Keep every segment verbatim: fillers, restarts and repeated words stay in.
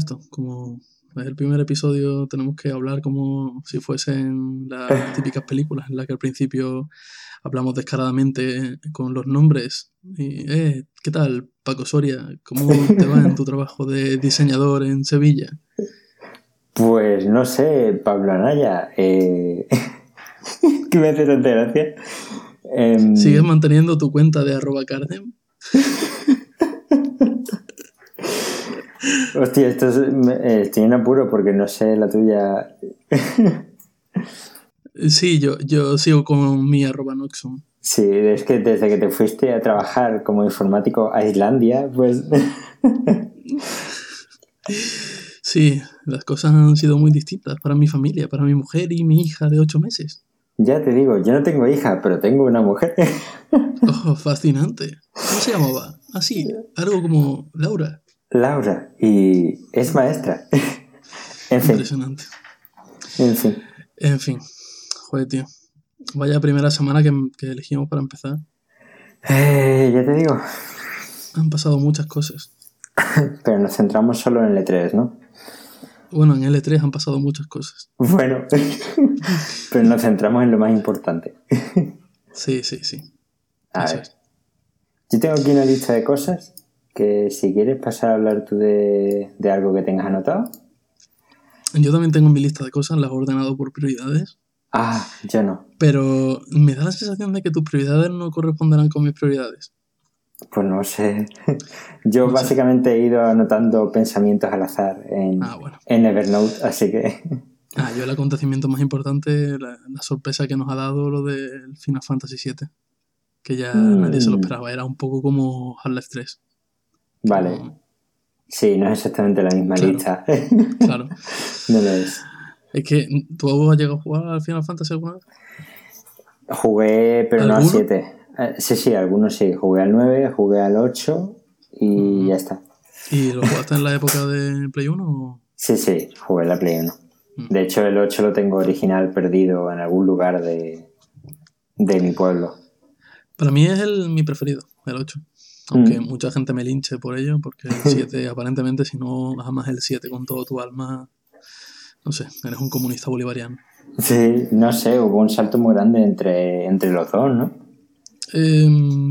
esto. Como es el primer episodio, tenemos que hablar como si fuesen las típicas películas en las que al principio hablamos descaradamente con los nombres. Y, eh, ¿qué tal, Paco Soria? ¿Cómo te va en tu trabajo de diseñador en Sevilla? Pues no sé, Pablo Anaya. Eh... que me hace tanta gracia. Eh... ¿Sigues manteniendo tu cuenta de arroba Cardem? Hostia, esto es, eh, estoy en apuro porque no sé la tuya. Sí, yo, yo sigo con mi arroba Noxon. Sí, es que desde que te fuiste a trabajar como informático a Islandia, pues... Sí, las cosas han sido muy distintas para mi familia, para mi mujer y mi hija de ocho meses. Ya te digo, yo no tengo hija, pero tengo una mujer. Oh, fascinante. ¿Cómo se llamaba? Así, algo como Laura. Laura, y es maestra. En fin. Impresionante. En fin. En fin. Joder, tío. Vaya primera semana que, que elegimos para empezar. Eh, ya te digo. Han pasado muchas cosas. Pero nos centramos solo en el E tres, ¿no? Bueno, en L tres han pasado muchas cosas. Bueno, pero nos centramos en lo más importante. Sí, sí, sí. A Eso ver. es. Yo tengo aquí una lista de cosas que si quieres pasar a hablar tú de, de algo que tengas anotado. Yo también tengo mi lista de cosas, las he ordenado por prioridades. Ah, yo no. Pero me da la sensación de que tus prioridades no corresponderán con mis prioridades. Pues no sé. Yo No básicamente sé. he ido anotando pensamientos al azar en, ah, bueno. en Evernote, así que... Ah, yo el acontecimiento más importante, la, la sorpresa que nos ha dado lo del Final Fantasy siete. Que ya mm. nadie se lo esperaba. Era un poco como Half-Life tres. Vale. No... Sí, no es exactamente la misma claro, lista. Claro. No lo es. Es que, ¿tú has llegado a jugar al Final Fantasy alguna vez? Jugué, pero no al siete. Sí, sí, algunos sí. Jugué al nueve, jugué al ocho y mm. ya está. ¿Y lo jugaste en la época de Play uno? O... Sí, sí, jugué en la Play uno. Mm. De hecho, el ocho lo tengo original perdido en algún lugar de, de mi pueblo. Para mí es el, mi preferido, el ocho. Aunque mm. mucha gente me linche por ello, porque el siete, aparentemente, si no amas el siete con todo tu alma, no sé, eres un comunista bolivariano. Sí, no sé, hubo un salto muy grande entre, entre los dos, ¿no? Eh,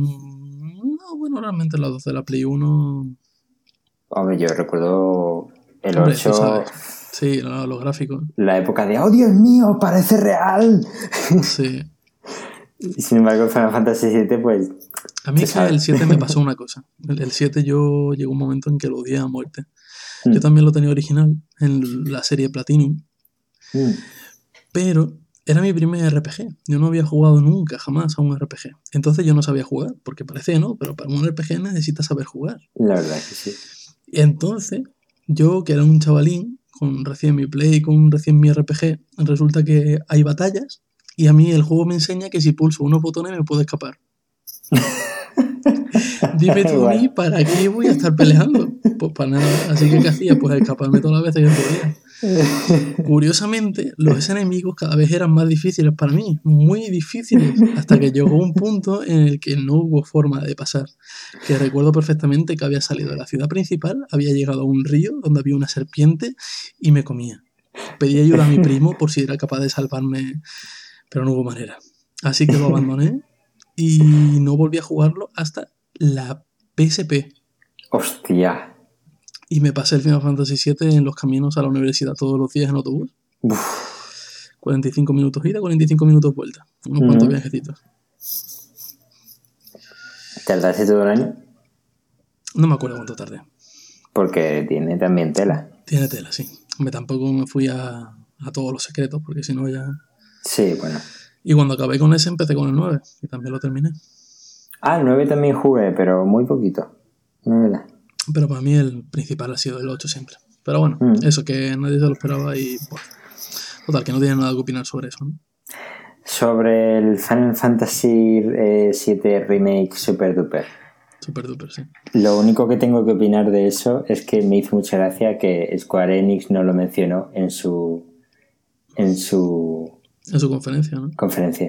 no, bueno, realmente los dos de la Play uno... Hombre, yo recuerdo el Hombre, ocho... tú sabes. Sí, los lo gráficos. La época de, ¡oh, Dios mío, parece real! Sí. Y sin embargo, Final Fantasy siete, pues... A mí es que el siete me pasó una cosa. El, el siete yo llegó un momento en que lo odié a muerte. Mm. Yo también lo tenía original en la serie Platinum. Mm. Pero era mi primer R P G. Yo no había jugado nunca, jamás, a un R P G. Entonces yo no sabía jugar, porque parece, ¿no? Pero para un R P G necesitas saber jugar. La verdad que sí. Y entonces, yo, que era un chavalín, con recién mi Play, con recién mi R P G, resulta que hay batallas, y a mí el juego me enseña que si pulso unos botones me puedo escapar. Dime tú a mí, ¿para qué voy a estar peleando? Pues para nada. Así que, ¿qué hacía? Pues escaparme todas las veces que podía. Curiosamente, los enemigos cada vez eran más difíciles para mí, muy difíciles, hasta que llegó un punto en el que no hubo forma de pasar. Que recuerdo perfectamente que había salido de la ciudad principal, había llegado a un río donde había una serpiente y me comía. Pedí ayuda a mi primo por si era capaz de salvarme, pero no hubo manera. Así que lo abandoné y no volví a jugarlo hasta la P S P. Hostia. Y me pasé el Final Fantasy siete en los caminos a la universidad todos los días en autobús. Uf. cuarenta y cinco minutos ida, cuarenta y cinco minutos vuelta. Unos uh-huh. cuantos viajecitos. ¿Tardaste todo el año? No me acuerdo cuánto tardé. Porque tiene también tela. Tiene tela, sí. Me tampoco me fui a, a todos los secretos, porque si no ya... Sí, bueno. Y cuando acabé con ese empecé con el nueve, y también lo terminé. Ah, el nueve también jugué, pero muy poquito. No es verdad. Pero para mí el principal ha sido el ocho siempre. Pero bueno, mm. eso que nadie se lo esperaba y... Pues, total, que no tiene nada que opinar sobre eso, ¿no? Sobre el Final Fantasy eh, siete Remake Super Duper. Super Duper, sí. Lo único que tengo que opinar de eso es que me hizo mucha gracia que Square Enix no lo mencionó en su... En su... En su conferencia, ¿no? Conferencia.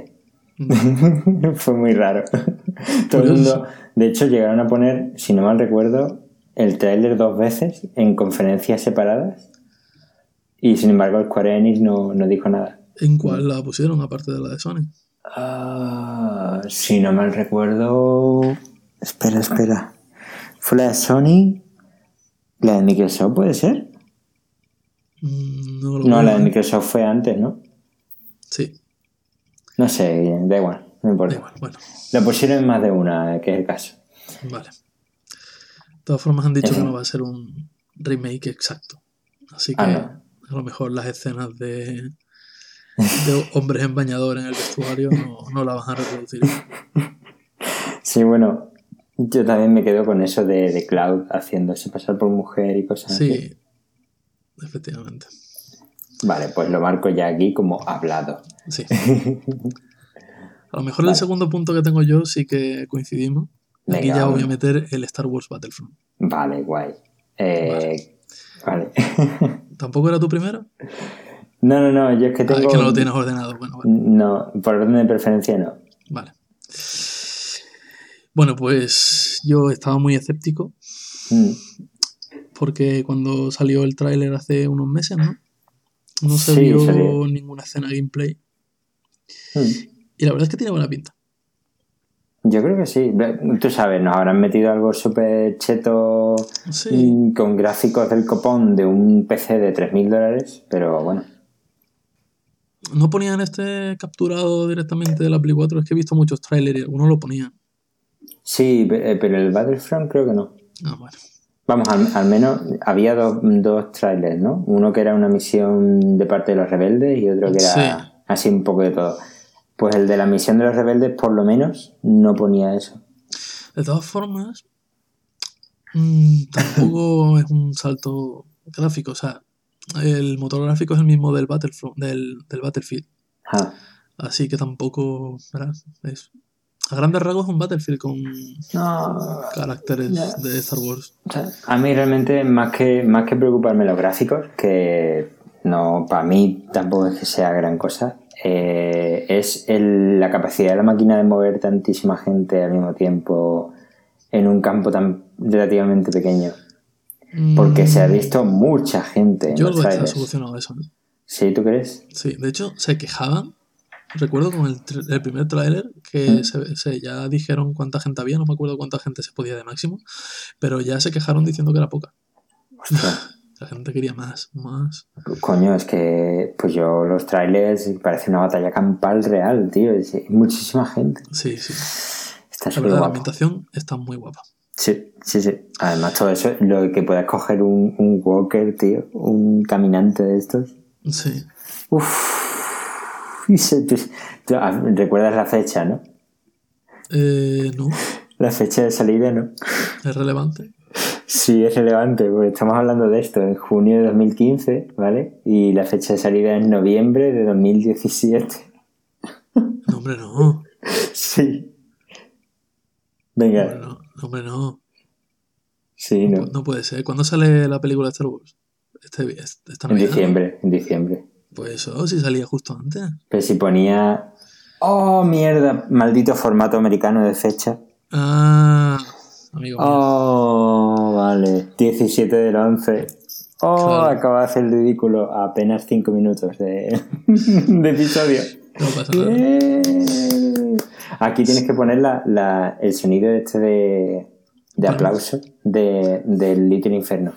Mm. Fue muy raro. Todo el mundo... De hecho, llegaron a poner, si no mal recuerdo, el tráiler dos veces en conferencias separadas y sin embargo Square Enix no, no dijo nada. ¿En cuál la pusieron aparte de la de Sony? Ah, si no mal recuerdo... Espera, espera. ¿Fue la de Sony? ¿La de Microsoft puede ser? Mm, no, lo No, veo, la de ¿eh? Microsoft fue antes, ¿no? Sí, No sé, da igual, no importa. da igual, bueno, Lo pusieron en más de una, que es el caso. vale. De todas formas han dicho En que fin. no va a ser un remake exacto. Así que Ah, no. a lo mejor las escenas de, de hombres en bañador en el vestuario no, no la van a reproducir igual. Sí, bueno, yo también me quedo con eso de, de Cloud haciéndose pasar por mujer y cosas así. Sí, efectivamente. Vale, pues lo marco ya aquí como hablado. Sí. A lo mejor el Vale. segundo punto que tengo yo sí que coincidimos. Aquí Venga, ya voy a vámonos. meter el Star Wars Battlefront. Vale, guay. Eh, vale. ¿Tampoco era tu primero? No, no, no, yo es que Ah, tengo... es que no lo tienes ordenado. Bueno, vale. No, por orden de preferencia no. Vale. Bueno, pues yo estaba muy escéptico Mm. porque cuando salió el tráiler hace unos meses, ¿no? No se Sí, vio salió. ninguna escena gameplay. Mm. Y la verdad es que tiene buena pinta. Yo creo que sí. Tú sabes, nos habrán metido algo súper cheto Sí. mm, con gráficos del copón de un P C de tres mil dólares, pero bueno. No ponían este capturado directamente de la Play cuatro. Es que he visto muchos trailers y algunos lo ponían. Sí, pe- pero el Battlefront creo que no. Ah, bueno. Vamos, al, al menos había dos, dos trailers, ¿no? Uno que era una misión de parte de los rebeldes y otro que era Sí. así un poco de todo. Pues el de la misión de los rebeldes, por lo menos, no ponía eso. De todas formas, mmm, tampoco es un salto gráfico. O sea, el motor gráfico es el mismo del Battlefront, del, del Battlefield. Ah. Así que tampoco, ¿verdad? Es, a grandes rasgos es un Battlefield con No, caracteres ya. de Star Wars. O sea, a mí realmente, más que, más que preocuparme los gráficos, que no, para mí tampoco es que sea gran cosa, eh, es el, la capacidad de la máquina de mover tantísima gente al mismo tiempo en un campo tan relativamente pequeño. Porque Mm, se ha visto mucha gente en yo los creo que está trailers. solucionado eso, ¿no? ¿Sí, tú crees? Sí, de hecho, se quejaban. Recuerdo con el, tr- el primer tráiler que ¿Mm? se, se- ya dijeron cuánta gente había, no me acuerdo cuánta gente se podía de máximo, pero ya se quejaron diciendo que era poca. Ostras. La gente quería más, más. Coño, es que pues yo los trailers parece una batalla campal real, tío. Es, hay muchísima gente. Sí, sí. Está La súper verdad, la guapo. ambientación está muy guapa. Sí, sí, sí. Además, todo eso, lo que puedas coger un, un walker, tío, un caminante de estos. Sí. Uff. Y se, tú, tú, recuerdas la fecha, ¿no? Eh, no, La fecha de salida, ¿no? es relevante. Sí, es relevante, porque estamos hablando de esto en junio de dos mil quince, ¿vale? Y la fecha de salida es noviembre de dos mil diecisiete. No, hombre, no. Sí. Venga. Hombre, no. Hombre, no. Sí, No, ¿no? pu- no puede ser. ¿Cuándo sale la película de Star Wars? Este, este- esta En Navidad, ¿no? diciembre, en diciembre. Pues eso, si salía justo antes. Pero si ponía... ¡Oh, mierda! Maldito formato americano de fecha. Ah, amigo mío. Oh, vale. diecisiete del once. Oh, Claro. acaba de hacer el ridículo a apenas cinco minutos de, de episodio. No pasa nada. Yeah. Aquí tienes que poner la, la, el sonido este de, de Palmas. aplauso de, del Little Inferno.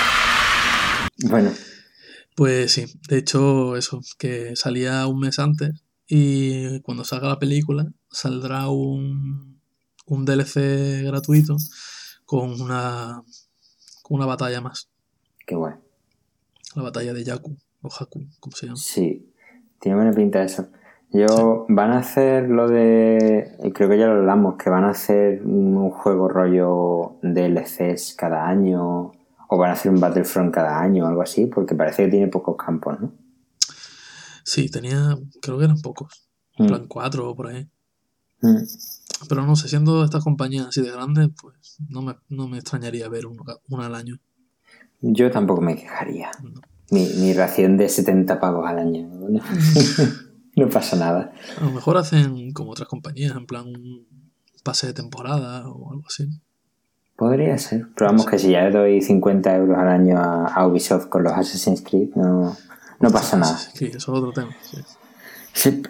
Bueno, Pues sí, de hecho, eso, que salía un mes antes y cuando salga la película saldrá un, un D L C gratuito con una, con una batalla más. qué guay. La batalla de Jakku, o Haku, como se llama. Sí, tiene buena pinta eso. Yo, van a hacer lo de... Creo que ya lo hablamos, que van a hacer un juego rollo D L Cs cada año, o van a hacer un Battlefront cada año o algo así, porque parece que tiene pocos campos, ¿no? Sí, tenía, creo que eran pocos, en Mm. plan cuatro o por ahí. Mm. Pero no sé, siendo estas compañías así de grandes, pues no me, no me extrañaría ver uno, una al año. Yo tampoco me quejaría. No. Mi, mi ración de setenta pavos al año. No, no pasa nada. A lo mejor hacen como otras compañías, en plan un pase de temporada o algo así. Podría ser. Pero vamos, que si ya le doy cincuenta euros al año a, a Ubisoft con los Assassin's Creed, no, no pasa nada. Sí, eso es otro tema. Sí. Sí.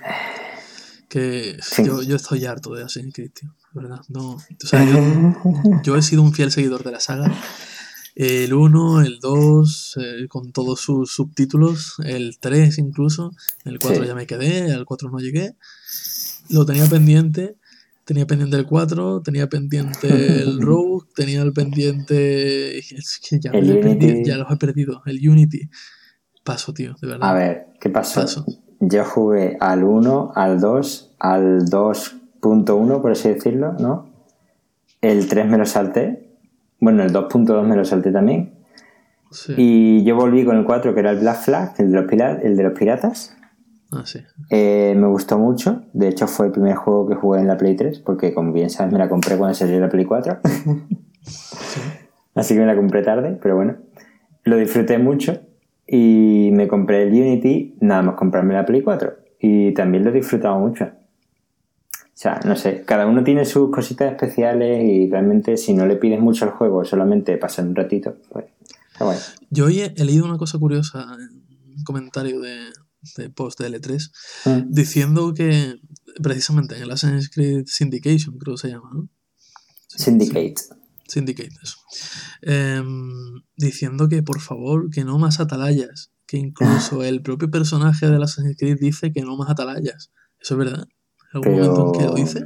Que Sí. yo, yo estoy harto de Assassin's Creed, tío. De verdad. No, o sea, yo, yo he sido un fiel seguidor de la saga. El uno, el dos, eh, con todos sus subtítulos, el tres incluso, el cuatro sí. Ya me quedé, al cuatro no llegué. Lo tenía pendiente, tenía pendiente el cuatro, tenía pendiente el Rogue, tenía el pendiente... Es que ya, el me Unity. Perdido, ya los he perdido, el Unity. Paso, tío, de verdad. A ver, ¿qué pasó? Paso. Yo jugué al uno, al dos, al dos punto uno, por así decirlo, ¿no? El tres me lo salté. Bueno, el dos punto dos me lo salté también. Sí. Y yo volví con el cuatro, que era el Black Flag, el de los, pira- el de los piratas. Ah, sí. Eh, me gustó mucho. De hecho, fue el primer juego que jugué en la Play tres, porque como bien sabes, me la compré cuando salió la Play cuatro. Sí. Así que me la compré tarde, pero bueno. Lo disfruté mucho y me compré el Unity, nada más comprarme la Play cuatro. Y también lo he disfrutado mucho. O sea, no sé, cada uno tiene sus cositas especiales y realmente si no le pides mucho al juego, solamente pasar un ratito, pues está guay. Yo hoy he, he leído una cosa curiosa en un comentario de, de post de L tres, mm. diciendo que precisamente en el Assassin's Creed Syndication, creo que se llama, ¿no? Syndicate. Syndicate, eso. Eh, diciendo que por favor, que no más atalayas, que incluso el propio personaje del Assassin's Creed dice que no más atalayas. ¿Eso es verdad? ¿Algún Pero... momento en que lo dice?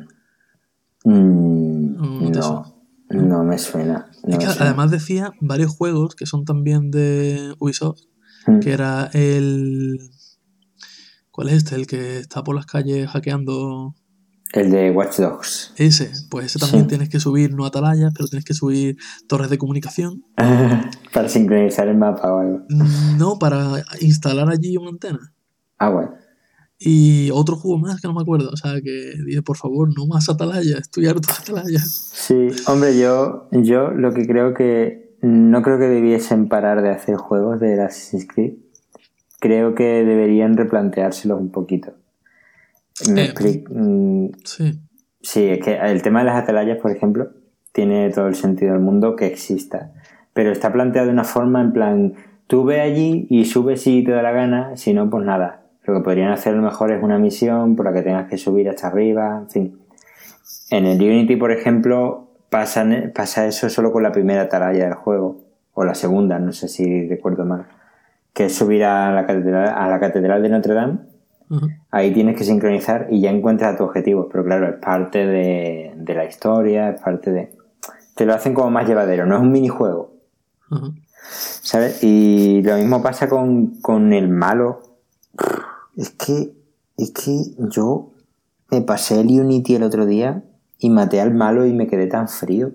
Mm, no, no, no, no me suena. No es que me suena. además decía varios juegos que son también de Ubisoft, mm. que era el... ¿Cuál es este? El que está por las calles hackeando... El de Watch Dogs. Ese, pues ese también sí. Tienes que subir, no atalayas, pero tienes que subir torres de comunicación. Para sincronizar el mapa o algo. No, para instalar allí una antena. Ah, bueno. Y otro juego más que no me acuerdo. O sea, que dije, por favor, no más atalayas, estoy harto de atalayas. Sí, hombre, yo, yo lo que creo que... No creo que debiesen parar de hacer juegos de Assassin's Creed. Creo que deberían replanteárselos un poquito. Me eh, explico. Sí. Sí, es que el tema de las atalayas, por ejemplo, tiene todo el sentido del mundo que exista. Pero está planteado de una forma en plan, tú ve allí y sube si te da la gana, si no, pues nada. Lo que podrían hacer a lo mejor es una misión por la que tengas que subir hasta arriba, en fin. En el Unity, por ejemplo, pasa, pasa eso solo con la primera atalaya del juego, o la segunda, no sé si recuerdo mal, que es subir a la catedral, a la catedral de Notre Dame. Uh-huh. Ahí tienes que sincronizar y ya encuentras tu objetivo, pero claro, es parte de, de la historia, es parte de... Te lo hacen como más llevadero, no es un minijuego. Uh-huh. ¿Sabes? Y lo mismo pasa con, con el malo. Es que, es que yo me pasé el Unity el otro día y maté al malo y me quedé tan frío.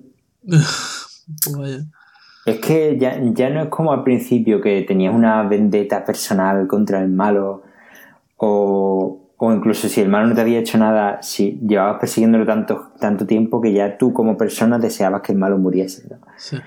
Vaya. Es que ya, ya no es como al principio que tenías una vendetta personal contra el malo o, o incluso si el malo no te había hecho nada, si llevabas persiguiéndolo tanto, tanto tiempo que ya tú como persona deseabas que el malo muriese, ¿no? Sí.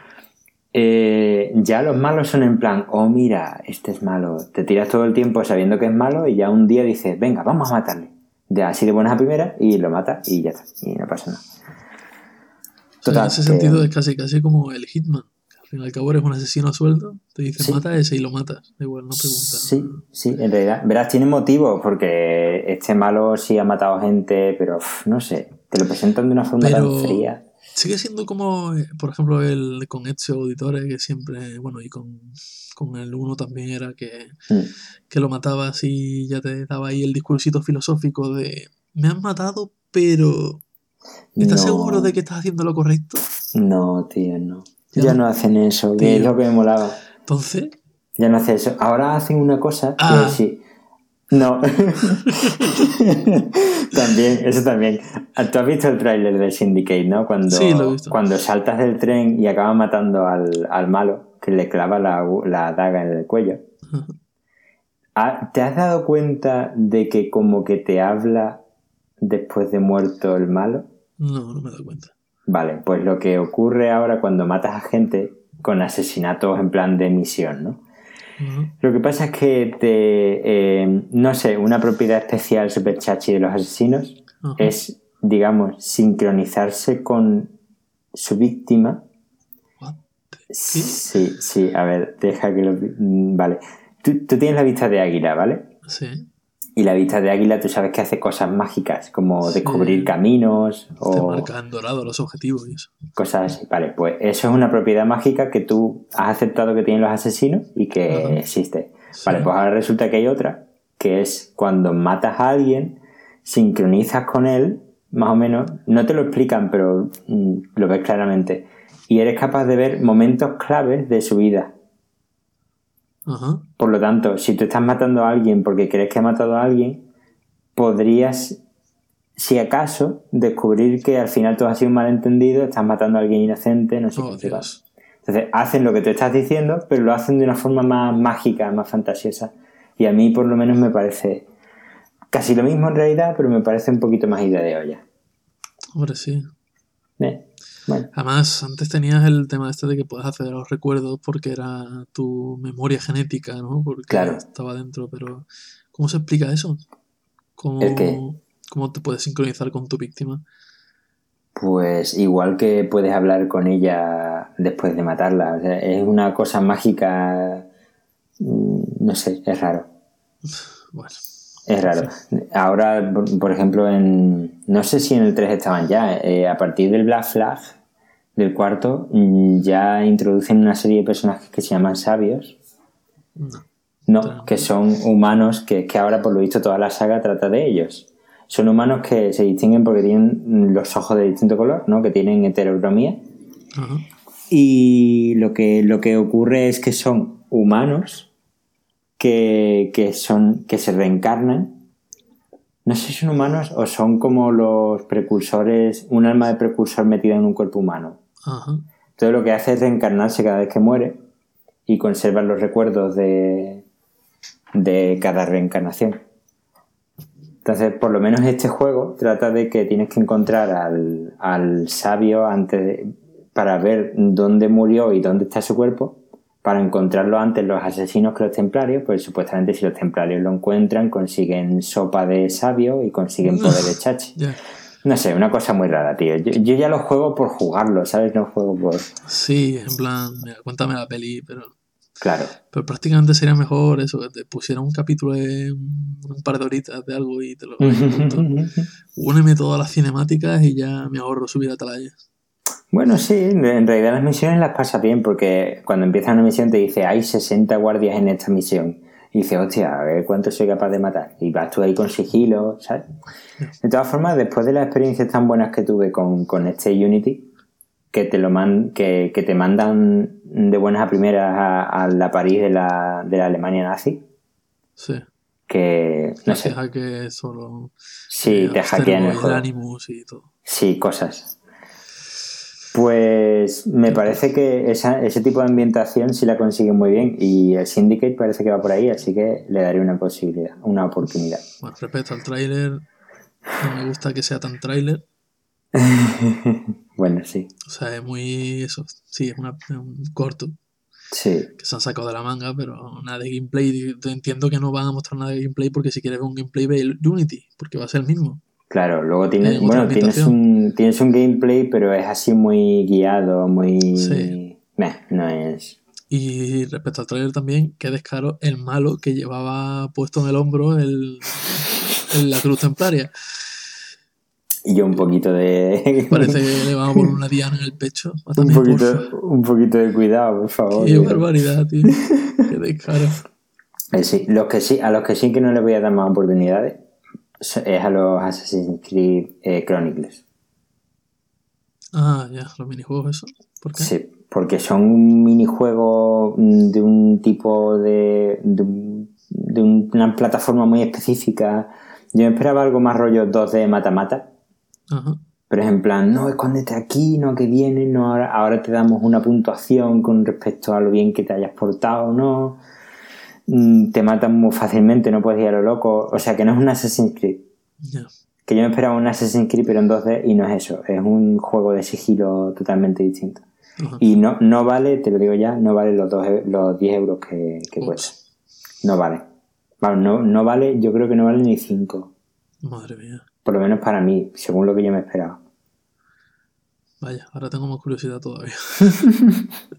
Eh, ya los malos son en plan, oh mira, este es malo, te tiras todo el tiempo sabiendo que es malo y ya un día dices, venga, vamos a matarle, ya así de buenas a primera y lo matas y ya está, y no pasa nada. Total, o sea, en ese que... sentido es casi casi como el Hitman, que al fin y al cabo eres un asesino a sueldo, te dicen sí. Mata a ese y lo matas, da igual, no preguntas. Sí, sí, en realidad, verás, tiene motivos porque este malo sí ha matado gente, pero uf, no sé, te lo presentan de una forma pero... tan fría. Sigue siendo como, por ejemplo, el con Ezio Auditore, que siempre, bueno, y con, con el uno también era que, mm. que lo matabas y ya te daba ahí el discursito filosófico de me han matado, pero ¿estás no. seguro de que estás haciendo lo correcto? No, tío, no. Ya, ya no hacen eso, tío. Que es lo que me molaba. Entonces... Ya no hacen eso. Ahora hacen una cosa ah. que sí... No. También, eso también. Tú has visto el tráiler de Syndicate, ¿no? Cuando, sí, lo he visto. Cuando saltas del tren y acabas matando al, al malo, que le clava la, la daga en el cuello. Uh-huh. ¿Te has dado cuenta de que como que te habla después de muerto el malo? No, no me he dado cuenta. Vale, pues lo que ocurre ahora cuando matas a gente con asesinatos en plan de misión, ¿no? Uh-huh. Lo que pasa es que te, eh, no sé, una propiedad especial super chachi de los asesinos uh-huh. es, digamos, sincronizarse con su víctima ¿Qué? Sí, sí, a ver, deja que lo... Vale. Tú, tú tienes la vista de águila, ¿vale? Sí. Y la vista de águila tú sabes que hace cosas mágicas, como Sí. descubrir caminos o... Te marca en dorado los objetivos y eso. Cosas así. Vale, pues eso es una propiedad mágica que tú has aceptado que tienen los asesinos y que Ajá. existe. Sí. Vale, pues ahora resulta que hay otra, que es cuando matas a alguien, sincronizas con él, más o menos, no te lo explican, pero mm, lo ves claramente, y eres capaz de ver momentos claves de su vida. Ajá. Por lo tanto, si tú estás matando a alguien porque crees que ha matado a alguien, podrías, si acaso, descubrir que al final tú has sido un malentendido, estás matando a alguien inocente, no sé Oh, qué. No sé cuál. Dios. Entonces, hacen lo que tú estás diciendo, pero lo hacen de una forma más mágica, más fantasiosa. Y a mí, por lo menos, me parece casi lo mismo en realidad, pero me parece un poquito más idea de olla. Hombre, sí. ¿Eh? Bueno, Además, antes tenías el tema este de que puedes acceder a los recuerdos porque era tu memoria genética, ¿no? Porque claro. estaba dentro, pero ¿cómo se explica eso? ¿El qué? ¿Cómo, cómo te puedes sincronizar con tu víctima? Pues igual que puedes hablar con ella después de matarla. O sea, es una cosa mágica. No sé, es raro. Bueno. Es raro. Ahora, por, por ejemplo, en no sé si en el tres estaban ya. Eh, a partir del Black Flag, del cuarto, ya introducen una serie de personajes que se llaman sabios. No. No, Pero... que son humanos que, que ahora, por lo visto, toda la saga trata de ellos. Son humanos que se distinguen porque tienen los ojos de distinto color, ¿no? Que tienen heterocromía. Ajá. Y lo que, lo que ocurre es que son humanos que, que, son, que se reencarnan. No sé si son humanos o son como los precursores, un alma de precursor metida en un cuerpo humano. Ajá. Entonces lo que hace es reencarnarse cada vez que muere y conservan los recuerdos de, de cada reencarnación. Entonces, por lo menos este juego trata de que tienes que encontrar al, al sabio antes de, para ver dónde murió y dónde está su cuerpo, para encontrarlo antes los asesinos que los templarios, pues supuestamente si los templarios lo encuentran, consiguen sopa de sabio y consiguen poder de chachi. Yeah. No sé, una cosa muy rara, tío. Yo, yo ya lo juego por jugarlo, ¿sabes? No juego por... Sí, en plan, mira, cuéntame la peli, pero... Claro. Pero prácticamente sería mejor eso, que te pusieran un capítulo de un, un par de horitas de algo y te lo punto. Úneme todas las cinemáticas y ya me ahorro subir a Atalaya. Bueno, sí, en realidad las misiones las pasa bien porque cuando empieza una misión te dice hay sesenta guardias en esta misión. Y dices, hostia, a ver cuánto soy capaz de matar. Y vas tú ahí con sigilo, ¿sabes? Yeah. De todas formas, después de las experiencias tan buenas que tuve con, con este Unity, que te lo man, que, que te mandan de buenas a primeras a, a la París de la, de la Alemania nazi. Sí. Que, no sé. Que solo... Sí, eh, te hackean el juego. Animus y todo. Sí, cosas. Pues me Qué parece cosa. que esa, ese tipo de ambientación sí la consiguen muy bien y el Syndicate parece que va por ahí, así que le daré una posibilidad, una oportunidad. Bueno, respecto al tráiler, no me gusta que sea tan tráiler. Bueno, sí. O sea, es muy... eso, sí, es, una, es un corto. Sí. Que se han sacado de la manga, pero nada de gameplay. Entiendo que no van a mostrar nada de gameplay porque si quieres ver un gameplay ve el Unity, porque va a ser el mismo. Claro, luego tienes, bueno, tienes un, tienes un gameplay, pero es así muy guiado, muy... Sí. Meh, no es... Y respecto al trailer también, qué descaro el malo que llevaba puesto en el hombro el, el, la cruz templaria. Y yo un poquito de... Parece que le vamos a poner una diana en el pecho. Un poquito, un poquito de cuidado, por favor. Qué tío. barbaridad, tío. Qué descaro. Eh, sí, los que sí, a los que sí que no les voy a dar más oportunidades es a los Assassin's Creed eh, Chronicles. Ah, ya, los minijuegos, eso. ¿Por qué? Sí, porque son un minijuego de un tipo de, de, de una plataforma muy específica. Yo me esperaba algo más rollo dos D mata-mata. Ajá. Pero es en plan, no, escóndete aquí, no, que viene, no, ahora, ahora te damos una puntuación con respecto a lo bien que te hayas portado, no. Te matan muy fácilmente, no puedes ir a lo loco. O sea, que no es un Assassin's Creed. Yeah. Que yo me esperaba un Assassin's Creed pero en dos D y no es eso. Es un juego de sigilo totalmente distinto. Uh-huh. Y no, no vale, te lo digo ya, no vale los, dos, los diez euros que, que cuesta. No vale. Bueno, no, no vale, yo creo que no vale ni cinco. Madre mía. Por lo menos para mí, según lo que yo me esperaba. Vaya, ahora tengo más curiosidad todavía.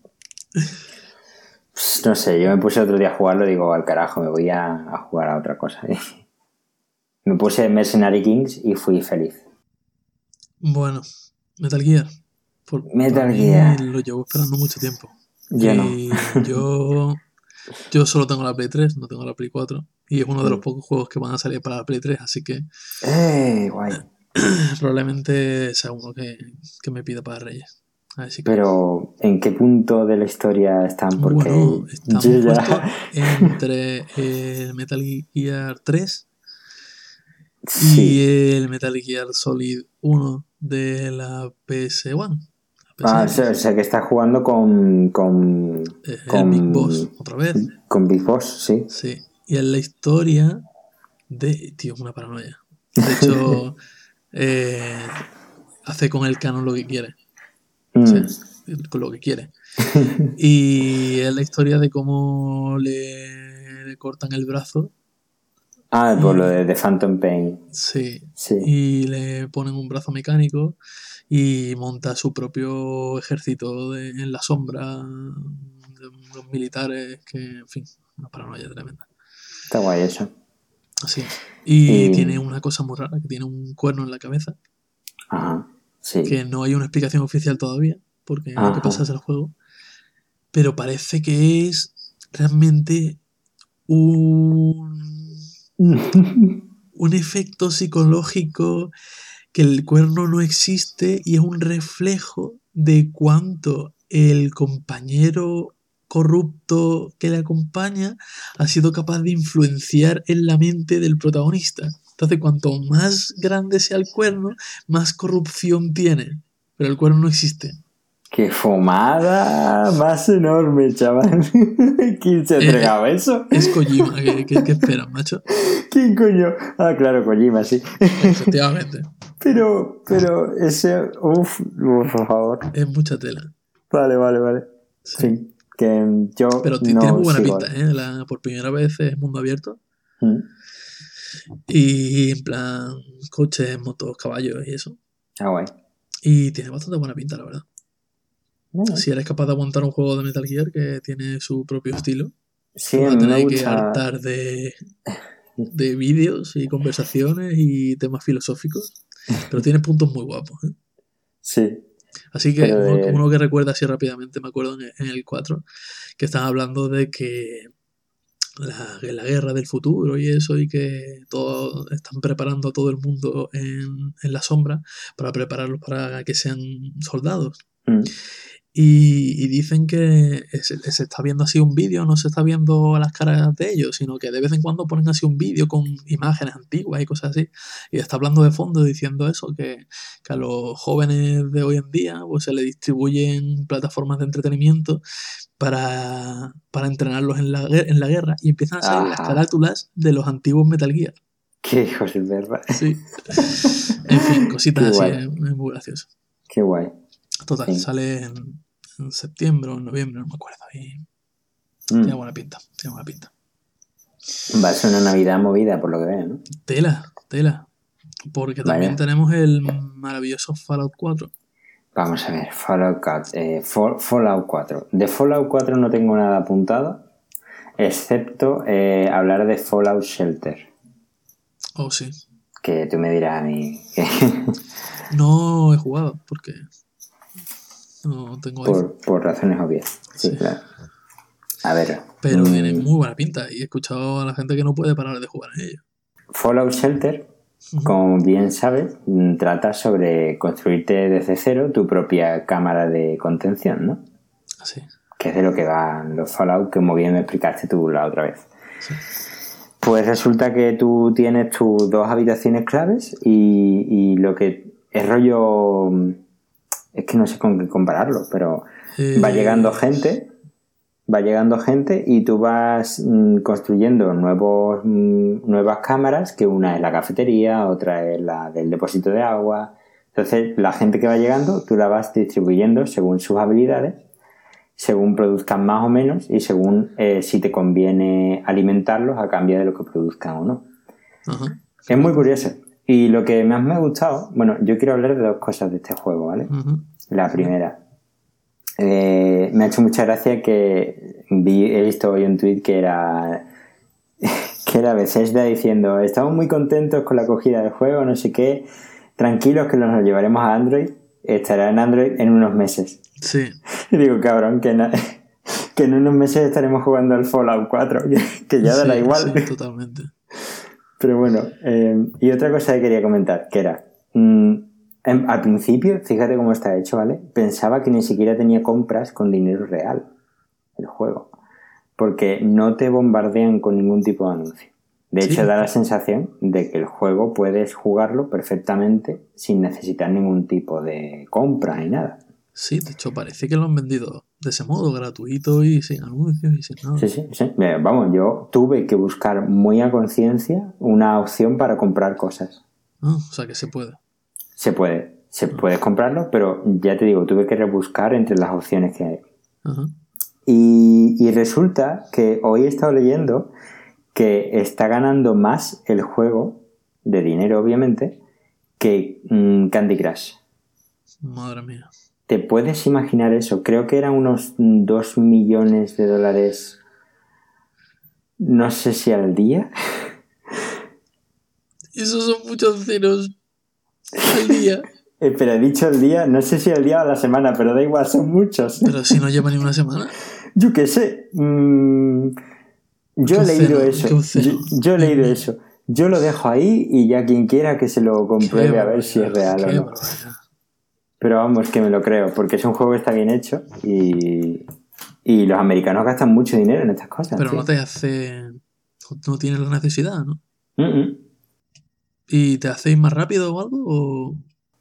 Pues, no sé, yo me puse otro día a jugarlo y digo, al carajo, me voy a, a jugar a otra cosa. Me puse Mercenary Kings y fui feliz. Bueno, Metal Gear. Por, Metal para mí Gear. lo llevo esperando mucho tiempo. Yo no. Y yo, yo solo tengo la Play tres, no tengo la Play cuatro. Y es uno de los pocos juegos que van a salir para la Play tres, así que ¡Eh, guay! probablemente sea uno que, que me pida para Reyes. Así que, Pero, ¿en qué punto de la historia están? Porque bueno, estamos yo ya... puestos entre el Metal Gear tres Sí. y el Metal Gear Solid uno de la P S uno. Ah, o sea, o sea, que estás jugando con... con... Es el con... Big Boss, otra vez. con Big Boss, sí. Sí. Y es la historia de... Tío, es una paranoia. De hecho, eh, hace con el canon lo que quiere. Mm. O sea, con lo que quiere. Y es la historia de cómo le, le cortan el brazo. Ah, por Y- lo de, de Phantom Pain. Sí. Sí. Y le ponen un brazo mecánico y monta su propio ejército de- en la sombra de unos militares que, en fin, una paranoia tremenda. Está guay eso. Sí. Y, Y- tiene una cosa muy rara, que tiene un cuerno en la cabeza, Ajá, sí. que no hay una explicación oficial todavía, porque hay que Ajá. pasarse el juego, pero parece que es realmente un, un efecto psicológico, que el cuerno no existe y es un reflejo de cuánto el compañero corrupto que le acompaña ha sido capaz de influenciar en la mente del protagonista. Entonces, cuanto más grande sea el cuerno, más corrupción tiene. Pero el cuerno no existe. ¡Qué fumada más enorme, chaval! ¿Quién se ha Eh, entregado eso? Es Kojima. ¿Qué, qué, qué esperas, macho? ¿Quién coño? Ah, claro, Kojima, sí. Efectivamente. Pero, pero ese... Uf, uf, por favor. Es mucha tela. Vale, vale, vale. Sí. Sí, que yo Pero t- tiene no muy buena sigo. pinta, ¿eh? La, por primera vez es mundo abierto. Mm. Y en plan, coches, motos, caballos y eso. Ah, guay. Y tiene bastante buena pinta, la verdad. Mm. Si eres capaz de aguantar un juego de Metal Gear que tiene su propio estilo, Sí, te a vas a mí me tener que gusta... hartar de, de vídeos y conversaciones y temas filosóficos. Pero tiene puntos muy guapos, ¿eh? Sí. Así que Pero uno, de... uno que recuerda así rápidamente, me acuerdo en, en el cuatro, que están hablando de que la, la guerra del futuro y eso, y que todo, están preparando a todo el mundo en, en la sombra para prepararlos para que sean soldados. Mm. Y, y dicen que se, se está viendo así un vídeo, no se está viendo las caras de ellos, sino que de vez en cuando ponen así un vídeo con imágenes antiguas y cosas así. Y está hablando de fondo diciendo eso, que, que a los jóvenes de hoy en día pues se les distribuyen plataformas de entretenimiento para, para entrenarlos en la, en la guerra, y empiezan a salir las Ajá. carátulas de los antiguos Metal Gear. Qué hijos de perra. Sí. En fin, cositas Qué así, guay. es, es muy gracioso. Qué guay. Total, Sí. sale en, en septiembre o en noviembre, no me acuerdo. Y Mm. tiene buena pinta, tiene buena pinta. Va a ser una Navidad movida, por lo que veo, ¿no? Tela, tela. Porque también Vaya. tenemos el maravilloso Fallout cuatro. Vamos a ver, Fallout cuatro, eh, Fallout cuatro. De Fallout cuatro no tengo nada apuntado, excepto eh, hablar de Fallout Shelter. Oh, sí. Que tú me dirás a mí que No he jugado porque no tengo iPhone. por, por razones obvias. Sí, Sí. claro. A ver. Pero mm, tiene muy buena pinta y he escuchado a la gente que no puede parar de jugar en ello. Fallout Shelter, Ujú. como bien sabes, mm, trata sobre construirte desde cero tu propia cámara de contención, ¿no? Así. Que es de lo que van los Fallout, como bien me explicaste tú la otra vez. Sí. Pues resulta que tú tienes tus dos habitaciones claves y, y lo que es rollo... Es que no sé con qué compararlo, pero Eh, va llegando gente, va llegando gente y tú vas mm, construyendo nuevos, mm, nuevas cámaras, que una es la cafetería, otra es la del depósito de agua. Entonces la gente que va llegando tú la vas distribuyendo según sus habilidades, según produzcan más o menos y según eh, si te conviene alimentarlos a cambio de lo que produzcan o no. Ajá. Es muy curioso. Y lo que más me ha gustado, bueno, yo quiero hablar de dos cosas de este juego, ¿vale? Ujú. La primera, eh, me ha hecho mucha gracia que vi, he visto hoy un tweet que era que era Bethesda diciendo estamos muy contentos con la acogida del juego, no sé qué, tranquilos que nos lo llevaremos a Android, estará en Android en unos meses. Sí. Y digo, cabrón, que, na- que en unos meses estaremos jugando al Fallout cuatro, que, que ya dará Sí, igual. sí, totalmente. Pero bueno, eh, y otra cosa que quería comentar, que era, mmm, en, al principio, fíjate cómo está hecho, ¿vale? Pensaba que ni siquiera tenía compras con dinero real el juego, porque no te bombardean con ningún tipo de anuncio. De Sí. hecho, da la sensación de que el juego puedes jugarlo perfectamente sin necesitar ningún tipo de compra ni nada. Sí, de hecho parece que lo han vendido de ese modo, gratuito y sin anuncios y sin nada. Sí, sí, sí. Eh, Vamos, yo tuve que buscar muy a conciencia una opción para comprar cosas. Ah, o sea que se puede. Se puede, se puede comprarlo, pero ya te digo, tuve que rebuscar entre las opciones que hay. Ajá. Y, y resulta que hoy he estado leyendo que está ganando más el juego, de dinero obviamente, que mm, Candy Crush. Madre mía. ¿Te puedes imaginar eso? Creo que eran unos dos millones de dólares, no sé si al día. Esos son muchos ceros al día. Eh, pero he dicho el día, no sé si el día o la semana, pero da igual, son muchos. Pero si no lleva ni una semana. Yo qué sé. Mm, yo Qué he leído obsceno, eso. qué obsceno. Yo, yo he Dios leído mío. eso. Yo lo dejo ahí y ya quien quiera que se lo Qué compruebe a ver si es barbaridad, real o qué no. barbaridad. Pero vamos, que me lo creo, porque es un juego que está bien hecho y, y los americanos gastan mucho dinero en estas cosas. Pero tío. no te hace... No tienes la necesidad, ¿no? Mm-mm. ¿Y te hace ir más rápido o algo? O...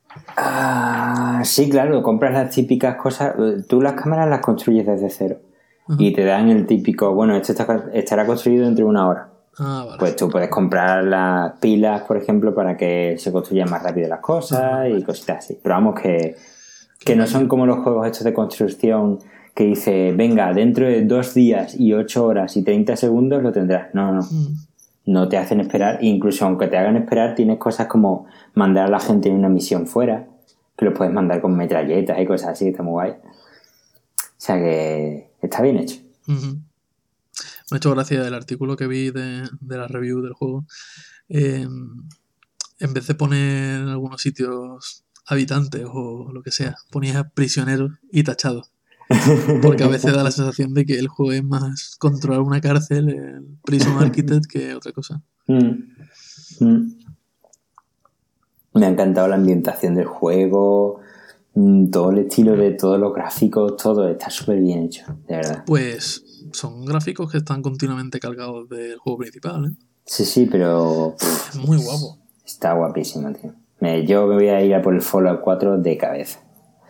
Ah, sí, claro, compras las típicas cosas. Tú las cámaras las construyes desde cero. Ajá. Y te dan el típico, bueno, esto está- estará construido dentro de una hora. Ah, vale. Pues tú puedes comprar las pilas, por ejemplo, para que se construyan más rápido las cosas Ah, vale, y vale. cositas así. Pero vamos, que, Qué que no guay. son como los juegos estos de construcción que dice, venga, dentro de dos días y ocho horas y treinta segundos lo tendrás. No, no, Mm. no te hacen esperar. Incluso aunque te hagan esperar, tienes cosas como mandar a la gente en una misión fuera, que lo puedes mandar con metralletas y cosas así, está muy guay. O sea que está bien hecho. Ujú. Me ha hecho gracia el artículo que vi de, de la review del juego. Eh, en vez de poner en algunos sitios habitantes o lo que sea, ponía prisioneros y tachados. Porque a veces da la sensación de que el juego es más controlar una cárcel, el Prison Architect, que otra cosa. Mm. Mm. Me ha encantado la ambientación del juego, mm, todo el estilo de todos los gráficos, todo está súper bien hecho, de verdad. Pues son gráficos que están continuamente cargados del juego principal, ¿eh? Sí, sí, pero pff, Es muy guapo. está guapísimo, tío. Me- yo me voy a ir a por el Fallout cuatro de cabeza.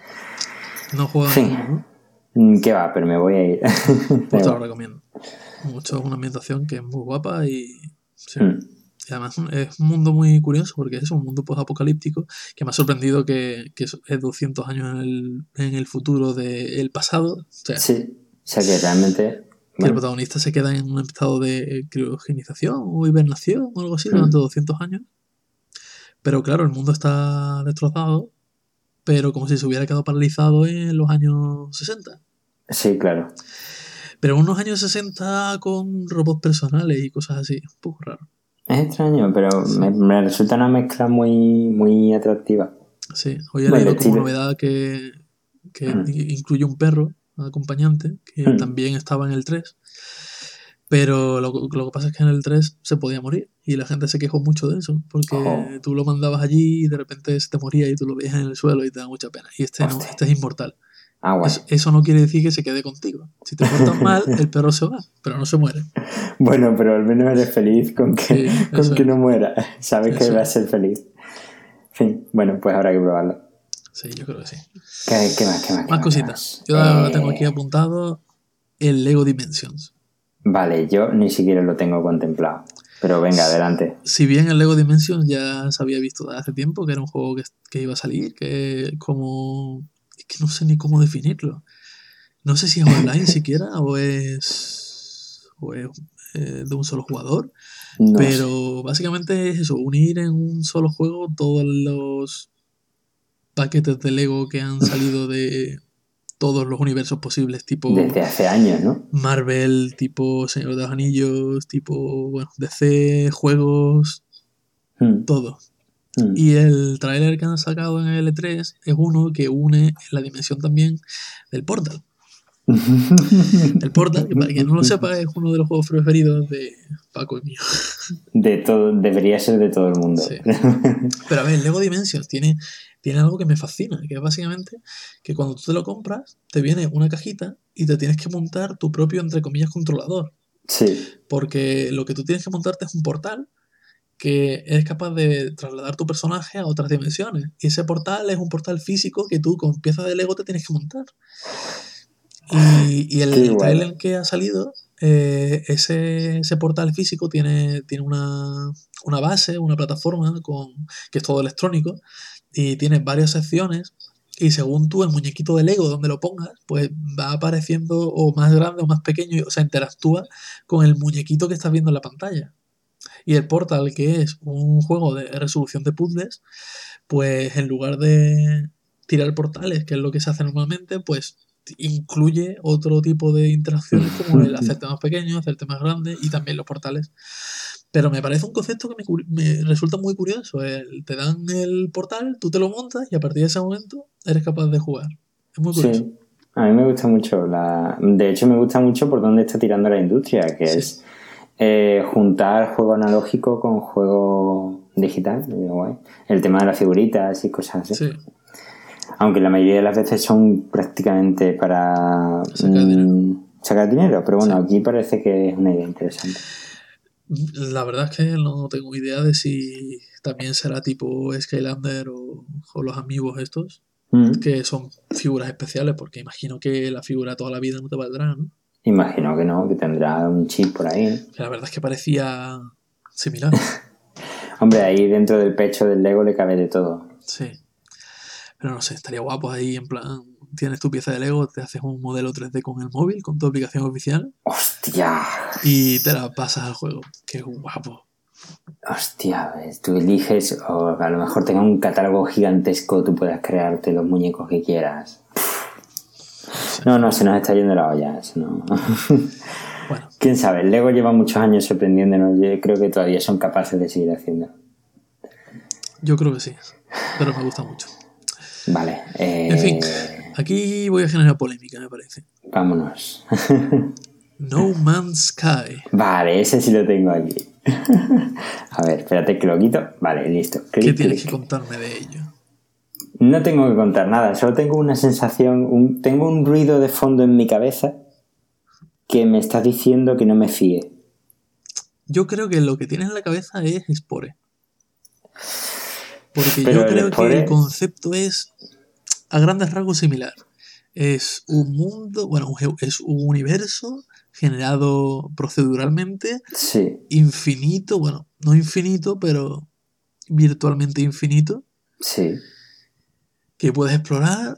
No juega Sí. ninguno, ¿no? Mm, ¿Qué va? Pero me voy a ir. Pues te lo recomiendo. Mucho, es una ambientación que es muy guapa y... Sí. Mm. Y además es un mundo muy curioso porque es un mundo post-apocalíptico que me ha sorprendido que, que es doscientos años en el, en el futuro del pasado. O sea, Sí, o sea que realmente... que el Bueno, protagonista se queda en un estado de criogenización o hibernación o algo así durante mm, doscientos años. Pero claro, el mundo está destrozado, pero como si se hubiera quedado paralizado en los años sesenta. sí, claro. Pero en unos años sesenta con robots personales y cosas así. Un poco raro. Es extraño, pero Sí. me, me resulta una mezcla muy, muy atractiva. Sí, hoy he Bueno, leído el como estilo- novedad que, que Mm. incluye un perro acompañante que Mm. también estaba en el tres. Pero lo, lo que pasa es que en el tres se podía morir y la gente se quejó mucho de eso porque Ojo. tú lo mandabas allí y de repente se te moría y tú lo veías en el suelo y te da mucha pena. Y este no, Hostia. este es inmortal. Ah, guay. Eso, eso no quiere decir que se quede contigo. Si te portas mal, el perro se va, pero no se muere. Bueno, pero al menos eres feliz con que, Sí, con eso que es. no muera. Sabes que Eso va a es. ser feliz. En fin, bueno, pues habrá que probarlo. Sí, yo creo que sí. ¿Qué, qué más? ¿Qué más? qué Más qué cositas. más? Yo ahora tengo Eh, aquí apuntado el Lego Dimensions. Vale, yo ni siquiera lo tengo contemplado. Pero venga, adelante. Si bien el Lego Dimensions ya se había visto desde hace tiempo, que era un juego que, que iba a salir, que como... Es que no sé ni cómo definirlo. No sé si es online siquiera o es, o es eh, de un solo jugador. No sé. Pero básicamente es eso, unir en un solo juego todos los paquetes de Lego que han salido de, todos los universos posibles, tipo... Desde hace años, ¿no? Marvel, tipo Señor de los Anillos, tipo, bueno, D C, juegos, Mm. todo. Mm. Y el tráiler que han sacado en el E tres es uno que une la dimensión también del Portal. El Portal, que para quien no lo sepa, es uno de los juegos preferidos de Paco y mío. De todo, debería ser de todo el mundo. Sí. Pero a ver, Lego Dimensions tiene, tiene algo que me fascina, que es básicamente que cuando tú te lo compras, te viene una cajita y te tienes que montar tu propio, entre comillas, controlador. Sí. Porque lo que tú tienes que montarte es un portal que es capaz de trasladar tu personaje a otras dimensiones. Y ese portal es un portal físico que tú con piezas de Lego te tienes que montar. Y, y el, el trailer que ha salido, eh, ese, ese portal físico tiene, tiene una, una base, una plataforma con, que es todo electrónico y tiene varias secciones y según tú el muñequito de Lego donde lo pongas, pues va apareciendo o más grande o más pequeño, o sea, interactúa con el muñequito que estás viendo en la pantalla. Y el Portal, que es un juego de resolución de puzzles, pues en lugar de tirar portales, que es lo que se hace normalmente, pues incluye otro tipo de interacciones como el hacerte más pequeño, hacerte más grande y también los portales. Pero me parece un concepto que me, me resulta muy curioso. El, te dan el portal, tú te lo montas y a partir de ese momento eres capaz de jugar. Es muy curioso. Sí, a mí me gusta mucho. La... De hecho, me gusta mucho por dónde está tirando la industria, que sí. es eh, juntar juego analógico con juego digital. Guay. El tema de las figuritas y cosas así. Sí. Aunque la mayoría de las veces son prácticamente para sacar, mmm, dinero. sacar dinero. Pero bueno, sí. Aquí parece que es una idea interesante. La verdad es que no tengo idea de si también será tipo Skylander o, o los amigos estos, mm. que son figuras especiales, porque imagino que la figura toda la vida no te valdrá, ¿no? Imagino que no, que tendrá un chip por ahí. Que la verdad es que parecía similar. Hombre, ahí dentro del pecho del Lego le cabe de todo. Sí. Pero no sé, estaría guapo ahí, en plan, tienes tu pieza de Lego, te haces un modelo tres D con el móvil, con tu aplicación oficial. ¡Hostia! Y te la pasas al juego. ¡Qué guapo! Hostia, tú eliges, o a lo mejor tenga un catálogo gigantesco, tú puedas crearte los muñecos que quieras. Sí. No, no, se nos está yendo la olla, eso no. Bueno. Quién sabe, el Lego lleva muchos años sorprendiéndonos, yo creo que todavía son capaces de seguir haciendo. Yo creo que sí, pero me gusta mucho. Vale. Eh... En fin, aquí voy a generar polémica, me parece. Vámonos. No Man's Sky. Vale, ese sí lo tengo aquí. A ver, espérate que lo quito. Vale, listo. Clic, ¿qué tienes clic. que contarme de ello? No tengo que contar nada, solo tengo una sensación, un, tengo un ruido de fondo en mi cabeza que me está diciendo que no me fíe. Yo creo que lo que tienes en la cabeza es Spore. Porque Pero yo creo el Spore... que el concepto es a grandes rasgos similar. Es un mundo, bueno, es un universo generado proceduralmente, sí. infinito, bueno, no infinito, pero virtualmente infinito. Sí. Que puedes explorar.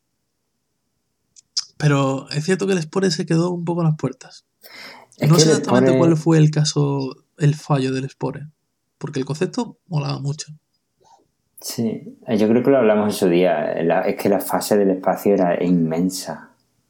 Pero es cierto que el Spore se quedó un poco a las puertas. Es no sé exactamente Spore... cuál fue el caso, el fallo del Spore. Porque el concepto molaba mucho. Sí, yo creo que lo hablamos en su día. La, es que la fase del espacio era inmensa.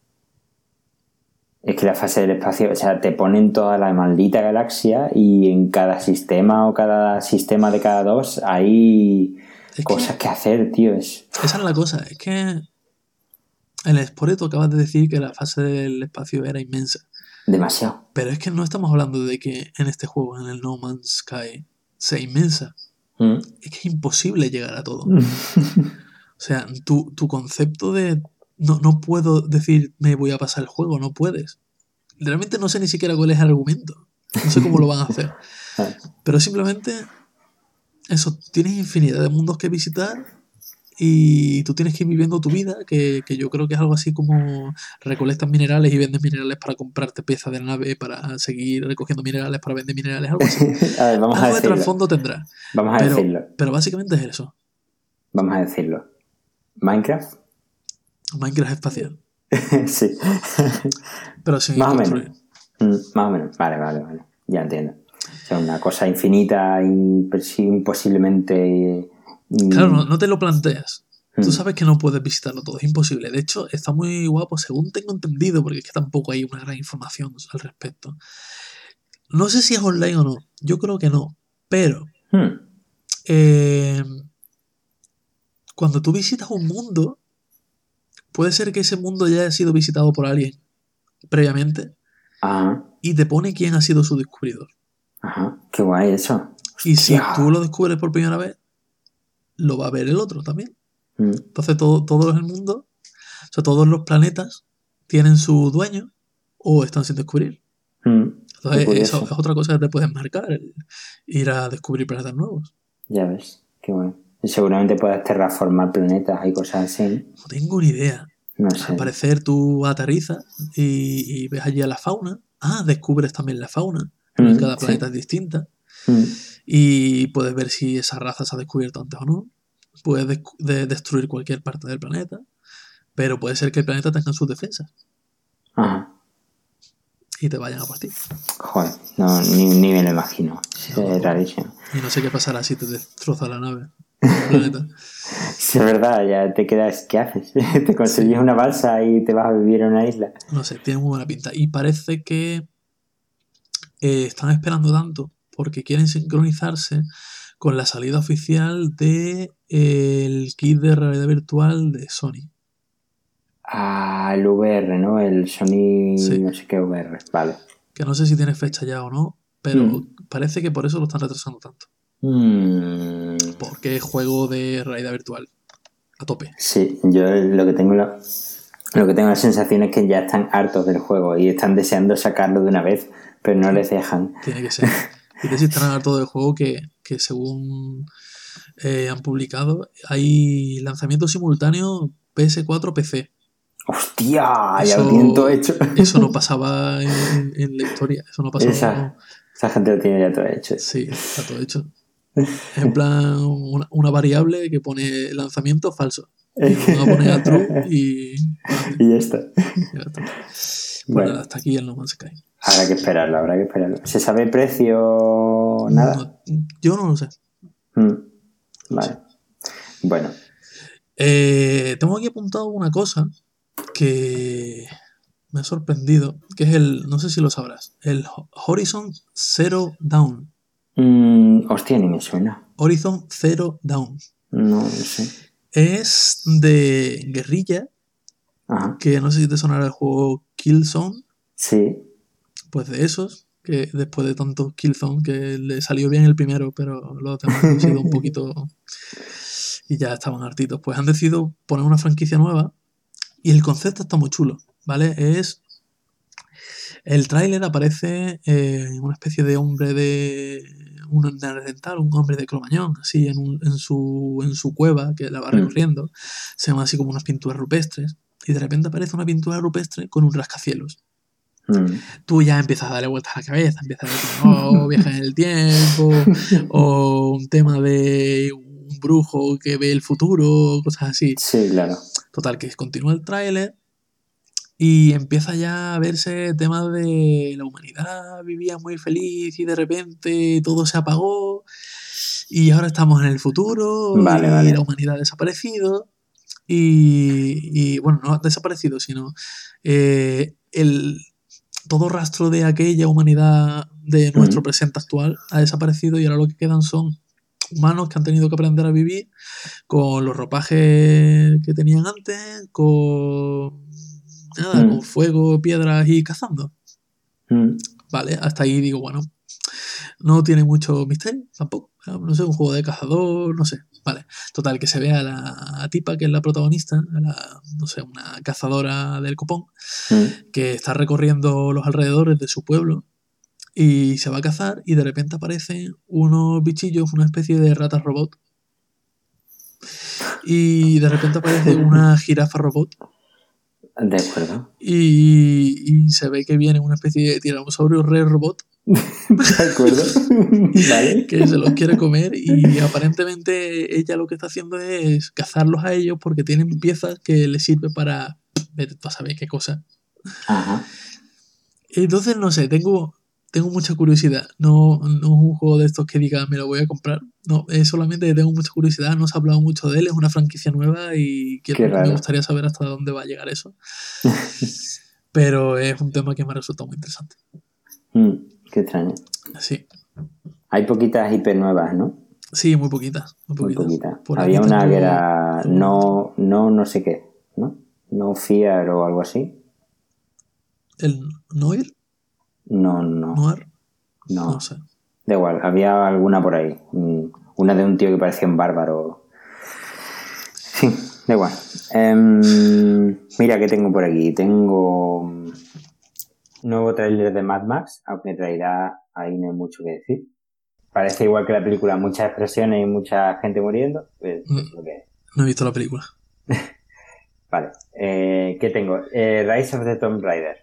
Es que la fase del espacio, o sea, te ponen toda la maldita galaxia y en cada sistema o cada sistema de cada dos hay es cosas que, que hacer, tío. Es... Esa es la cosa, es que en el Spore tú acabas de decir que la fase del espacio era inmensa. Demasiado. Pero es que no estamos hablando de que en este juego, en el No Man's Sky, sea inmensa. ¿Mm? Es que es imposible llegar a todo. O sea, tu, tu concepto de no, no puedo decir me voy a pasar el juego, no puedes. Realmente no sé ni siquiera cuál es el argumento. No sé cómo lo van a hacer. Pero simplemente eso, tienes infinidad de mundos que visitar y tú tienes que ir viviendo tu vida, que, que yo creo que es algo así como recolectas minerales y vendes minerales para comprarte piezas de la nave, para seguir recogiendo minerales, para vender minerales, algo así. A ver, vamos algo a de trasfondo tendrá. Vamos a pero, decirlo. Pero básicamente es eso. Vamos a decirlo. ¿Minecraft? Minecraft espacial. Sí. Pero sin más construir. O menos. Mm, más o menos. Vale, vale, vale. Ya entiendo. O sea, una cosa infinita, imposiblemente... Claro, no, no te lo planteas. Tú Mm. sabes que no puedes visitarlo todo, es imposible. De hecho, está muy guapo, según tengo entendido, porque es que tampoco hay una gran información al respecto. No sé si es online o no, yo creo que no, pero Mm. eh, cuando tú visitas un mundo, puede ser que ese mundo ya haya sido visitado por alguien previamente Ajá. y te pone quién ha sido su descubridor. Ajá. Qué guay eso. Y si tú Hostia. lo descubres por primera vez, lo va a ver el otro también. Mm. Entonces todo, todo el mundo, o sea, todos los planetas tienen su dueño o están sin descubrir. Mm. Qué Entonces eso curioso. es otra cosa que te puedes marcar, el ir a descubrir planetas nuevos. Ya ves. Qué guay. Y seguramente puedes terraformar planetas y cosas así. No tengo ni idea. No Al sé. parecer tú aterrizas y, y ves allí a la fauna. Ah, descubres también la fauna, porque Mm. cada planeta Sí. es distinta. Mm. Y puedes ver si esa raza se ha descubierto antes o no. Puedes de- de- destruir cualquier parte del planeta, pero puede ser que el planeta tenga sus defensas Ajá. y te vayan a partir. Joder. No, ni, ni me lo imagino. Yo Es tampoco. rarísimo. Y no sé qué pasará si te destroza la nave, el planeta. Sí, es verdad, ya te quedas, ¿qué haces? Te consigues Sí. una balsa y te vas a vivir en una isla. No sé, tiene muy buena pinta. Y parece que eh, están esperando tanto porque quieren sincronizarse con la salida oficial de eh, el kit de realidad virtual de Sony. Ah, el V R, ¿no? El Sony Sí. no sé qué V R. Vale. Que no sé si tiene fecha ya o no, pero Mm. parece que por eso lo están retrasando tanto. Mm. Porque es juego de realidad virtual. A tope. Sí, yo lo que tengo la, lo que tengo la sensación es que ya están hartos del juego y están deseando sacarlo de una vez, pero no les dejan. Tiene que ser. Dice si están hartos del juego que, que según eh, han publicado, hay lanzamiento simultáneo P S cuatro P C. ¡Hostia! Ya lo tienen todo Eso, hecho. eso no pasaba en, en- en la historia. Eso no pasó. Esa, esa gente lo tiene ya todo hecho. Sí, está todo hecho. Es en plan una, una variable que pone lanzamiento falso. Y lo van a poner a true y. Y ya está. Ya está. Pues Bueno. nada, hasta aquí el No Man's Sky. Habrá que esperarlo, habrá que esperarlo. ¿Se sabe precio? Nada. No, yo no lo sé. Mm. Vale. Bueno. Eh, tengo aquí apuntado una cosa que me ha sorprendido, que es el, no sé si lo sabrás, el Horizon Zero Dawn. Mm, hostia, ni me suena. Horizon Zero Dawn. No, no sé. Es de guerrilla, Ajá. que no sé si te sonará el juego Killzone, Sí. pues de esos, que después de tantos Killzone que le salió bien el primero, pero los demás han sido un poquito y ya estaban hartitos, pues han decidido poner una franquicia nueva y el concepto está muy chulo, ¿vale? Es el tráiler aparece eh, una especie de hombre de un neandertal, un hombre de Cromañón, así en, un, en, su, en su cueva que la va recorriendo, mm. se llama así como unas pinturas rupestres y de repente aparece una pintura rupestre con un rascacielos. Mm. Tú ya empiezas a darle vueltas a la cabeza, empiezas a decir, oh, viajes en el tiempo, o un tema de un brujo que ve el futuro, cosas así. Sí, claro. Total, que continúa el tráiler y empieza ya a verse temas de la humanidad vivía muy feliz y de repente todo se apagó y ahora estamos en el futuro vale, y vale. la humanidad ha desaparecido y, y bueno, no ha desaparecido, sino eh, el, todo rastro de aquella humanidad de nuestro mm. presente actual ha desaparecido y ahora lo que quedan son humanos que han tenido que aprender a vivir con los ropajes que tenían antes, con nada, mm. con fuego, piedras y cazando. Mm. Vale, hasta ahí digo, bueno, no tiene mucho misterio tampoco. No sé, un juego de cazador, no sé. Vale, total, que se ve a la tipa que es la protagonista, a la, no sé, una cazadora del copón, mm. que está recorriendo los alrededores de su pueblo y se va a cazar y de repente aparecen unos bichillos, una especie de ratas robot. Y de repente aparece una jirafa robot. De acuerdo. Y, y se ve que viene una especie de tiranosaurio rey robot. De acuerdo. Vale. Que se los quiere comer y aparentemente ella lo que está haciendo es cazarlos a ellos porque tienen piezas que les sirve para ver, tú sabes qué cosa. Ajá. Entonces, no sé, tengo tengo mucha curiosidad. No, no es un juego de estos que diga, me lo voy a comprar. No, es solamente que tengo mucha curiosidad. No se ha hablado mucho de él. Es una franquicia nueva y quiero, me gustaría saber hasta dónde va a llegar eso. Pero es un tema que me ha resultado muy interesante. Mm, qué extraño. Sí. Hay poquitas I P nuevas, ¿no? Sí, muy poquitas. Muy poquitas. Muy poquitas. Había una tengo... que era no, no, no sé qué, ¿no? No Fear o algo así. ¿El Noir? No, no. ¿Noir? No. No sé. Da igual, había alguna por ahí. Una de un tío que parecía un bárbaro. Sí, da igual. Eh, mira qué tengo por aquí. Tengo un nuevo tráiler de Mad Max, aunque traerá ahí no hay mucho que decir. Parece igual que la película, muchas expresiones y mucha gente muriendo. Pues, no, es lo que es. No he visto la película. Vale. Eh, ¿Qué tengo? Eh, Rise of the Tomb Raider.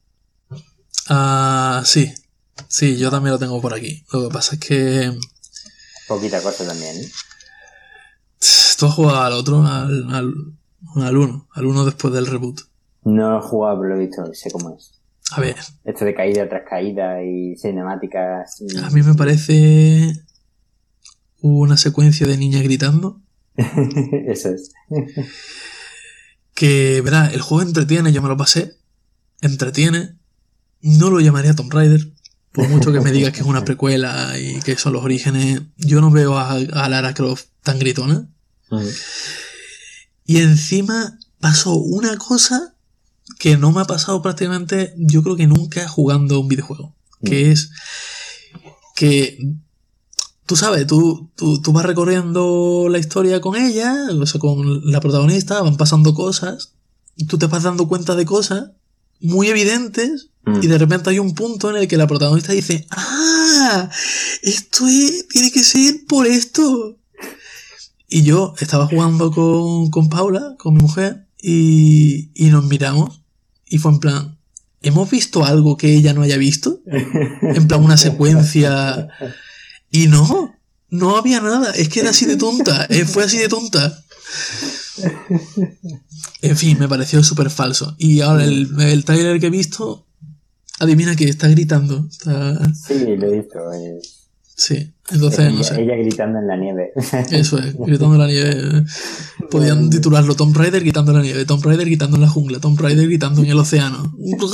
Ah, sí. Sí, yo también lo tengo por aquí. Lo que pasa es que... Poquita cosa también, ¿eh? Tú has jugado al otro, al, al, al uno, al uno después del reboot. No lo he jugado, pero lo he visto, sé cómo es. A ver. Esto de caída tras caída y cinemáticas. Y... A mí me parece una secuencia de niña gritando. Eso es. Que, verá, el juego entretiene, yo me lo pasé. Entretiene. No lo llamaría Tomb Raider. Por mucho que me digas que es una precuela y que son los orígenes, yo no veo a, a Lara Croft tan gritona. Uh-huh. Y encima pasó una cosa que no me ha pasado prácticamente, yo creo que nunca jugando un videojuego. Uh-huh. Que es que, tú sabes, tú, tú, tú vas recorriendo la historia con ella, o sea, con la protagonista, van pasando cosas, y tú te vas dando cuenta de cosas muy evidentes. Y de repente hay un punto en el que la protagonista dice, ¡ah! Esto es, tiene que ser por esto. Y yo estaba jugando con, con Paula, con mi mujer, y, y nos miramos. Y fue en plan, ¿hemos visto algo que ella no haya visto? En plan, una secuencia. Y no, no había nada. Es que era así de tonta. Eh, fue así de tonta. En fin, me pareció súper falso. Y ahora el, el trailer que he visto... Adivina que está gritando. Está... Sí, lo he visto. Eh. Sí, entonces ella, no sé. Ella gritando en la nieve. Eso es, gritando en la nieve. Podían titularlo Tomb Raider gritando en la nieve, Tomb Raider gritando en la jungla, Tomb Raider gritando en el océano.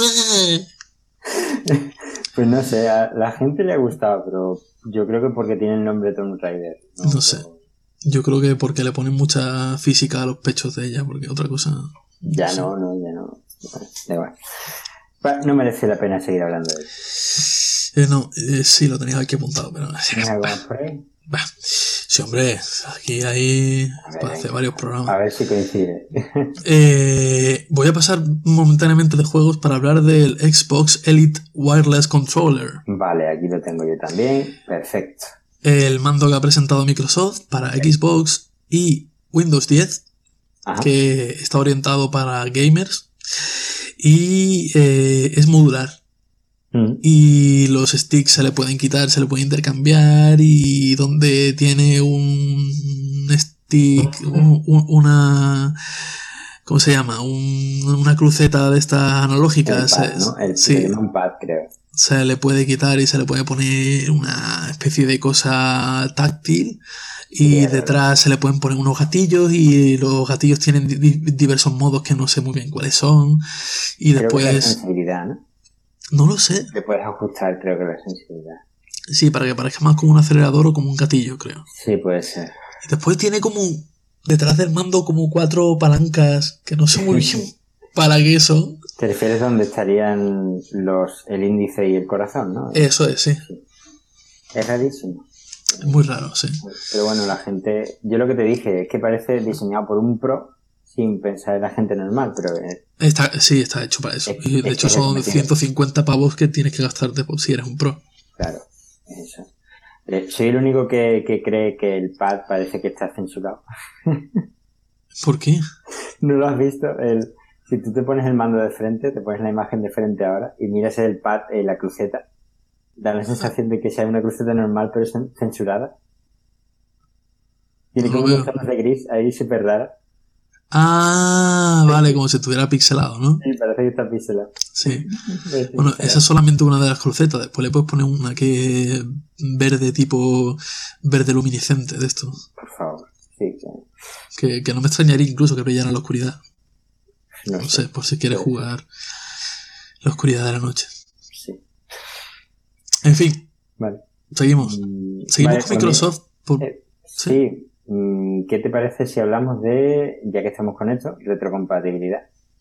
Pues no sé, a la gente le ha gustado, pero yo creo que porque tiene el nombre Tomb Raider. No, no sé. Yo creo que porque le ponen mucha física a los pechos de ella, porque otra cosa... Ya no, no, ya no. Da igual. No merece la pena seguir hablando de eso. Eh, no, eh, sí, lo tenía aquí apuntado, pero... ¿Tienes algo más por ahí? Bah, sí, hombre, aquí hay ver, para hacer varios programas. A ver si coincide. eh, voy a pasar momentáneamente de juegos para hablar del Xbox Elite Wireless Controller. Vale, aquí lo tengo yo también. Perfecto. El mando que ha presentado Microsoft para Xbox y Windows diez, Ajá. que está orientado para gamers. Y eh, es modular. Mm. Y los sticks se le pueden quitar, se le pueden intercambiar. Y donde tiene un stick, un, un, una... ¿Cómo se llama? Un, una cruceta de estas analógicas. El pad, ¿no? El, sí, el un pad, creo. Se le puede quitar y se le puede poner una especie de cosa táctil. Y yeah, detrás se le pueden poner unos gatillos y los gatillos tienen di- diversos modos que no sé muy bien cuáles son. Y creo después... que la sensibilidad, ¿no? No lo sé. Le puedes ajustar, creo que la sensibilidad. Sí, para que parezca más como un acelerador o como un gatillo, creo. Sí, puede ser. Y después tiene como... Detrás del mando como cuatro palancas que no sé muy bien para qué son. ¿Te refieres donde estarían los el índice y el corazón, no? Eso es, sí. sí. Es rarísimo. Muy raro, sí. Pero bueno, la gente... Yo lo que te dije es que parece diseñado por un pro sin pensar en la gente normal, pero... Está, sí, está hecho para eso. Es, y de hecho son ciento cincuenta pavos que tienes que gastarte si eres un pro. Claro, eso. Eh, soy el único que, que cree que el pad parece que está censurado. ¿Por qué? ¿No lo has visto? El, si tú te pones el mando de frente, te pones la imagen de frente ahora y miras el pad, eh, la cruceta, da la sensación de que sea una cruceta normal pero censurada. Tiene no como unos tonos de gris ahí súper rara. Ah, vale, como si estuviera pixelado, ¿no? Sí, parece que está pixelado. Sí. Bueno, esa es solamente una de las crucetas. Después le puedes poner una que es verde tipo verde luminiscente de esto. Por favor, sí, claro. Que, que no me extrañaría incluso que brillara en la oscuridad. No, No sé, sé, por si quieres puede jugar la oscuridad de la noche. Sí. En fin, Vale. seguimos. Mm, Seguimos vale, con Microsoft. Por... eh, ¿Sí? sí. Mm, ¿Qué te parece si hablamos de, ya que estamos con esto, retrocompatibilidad?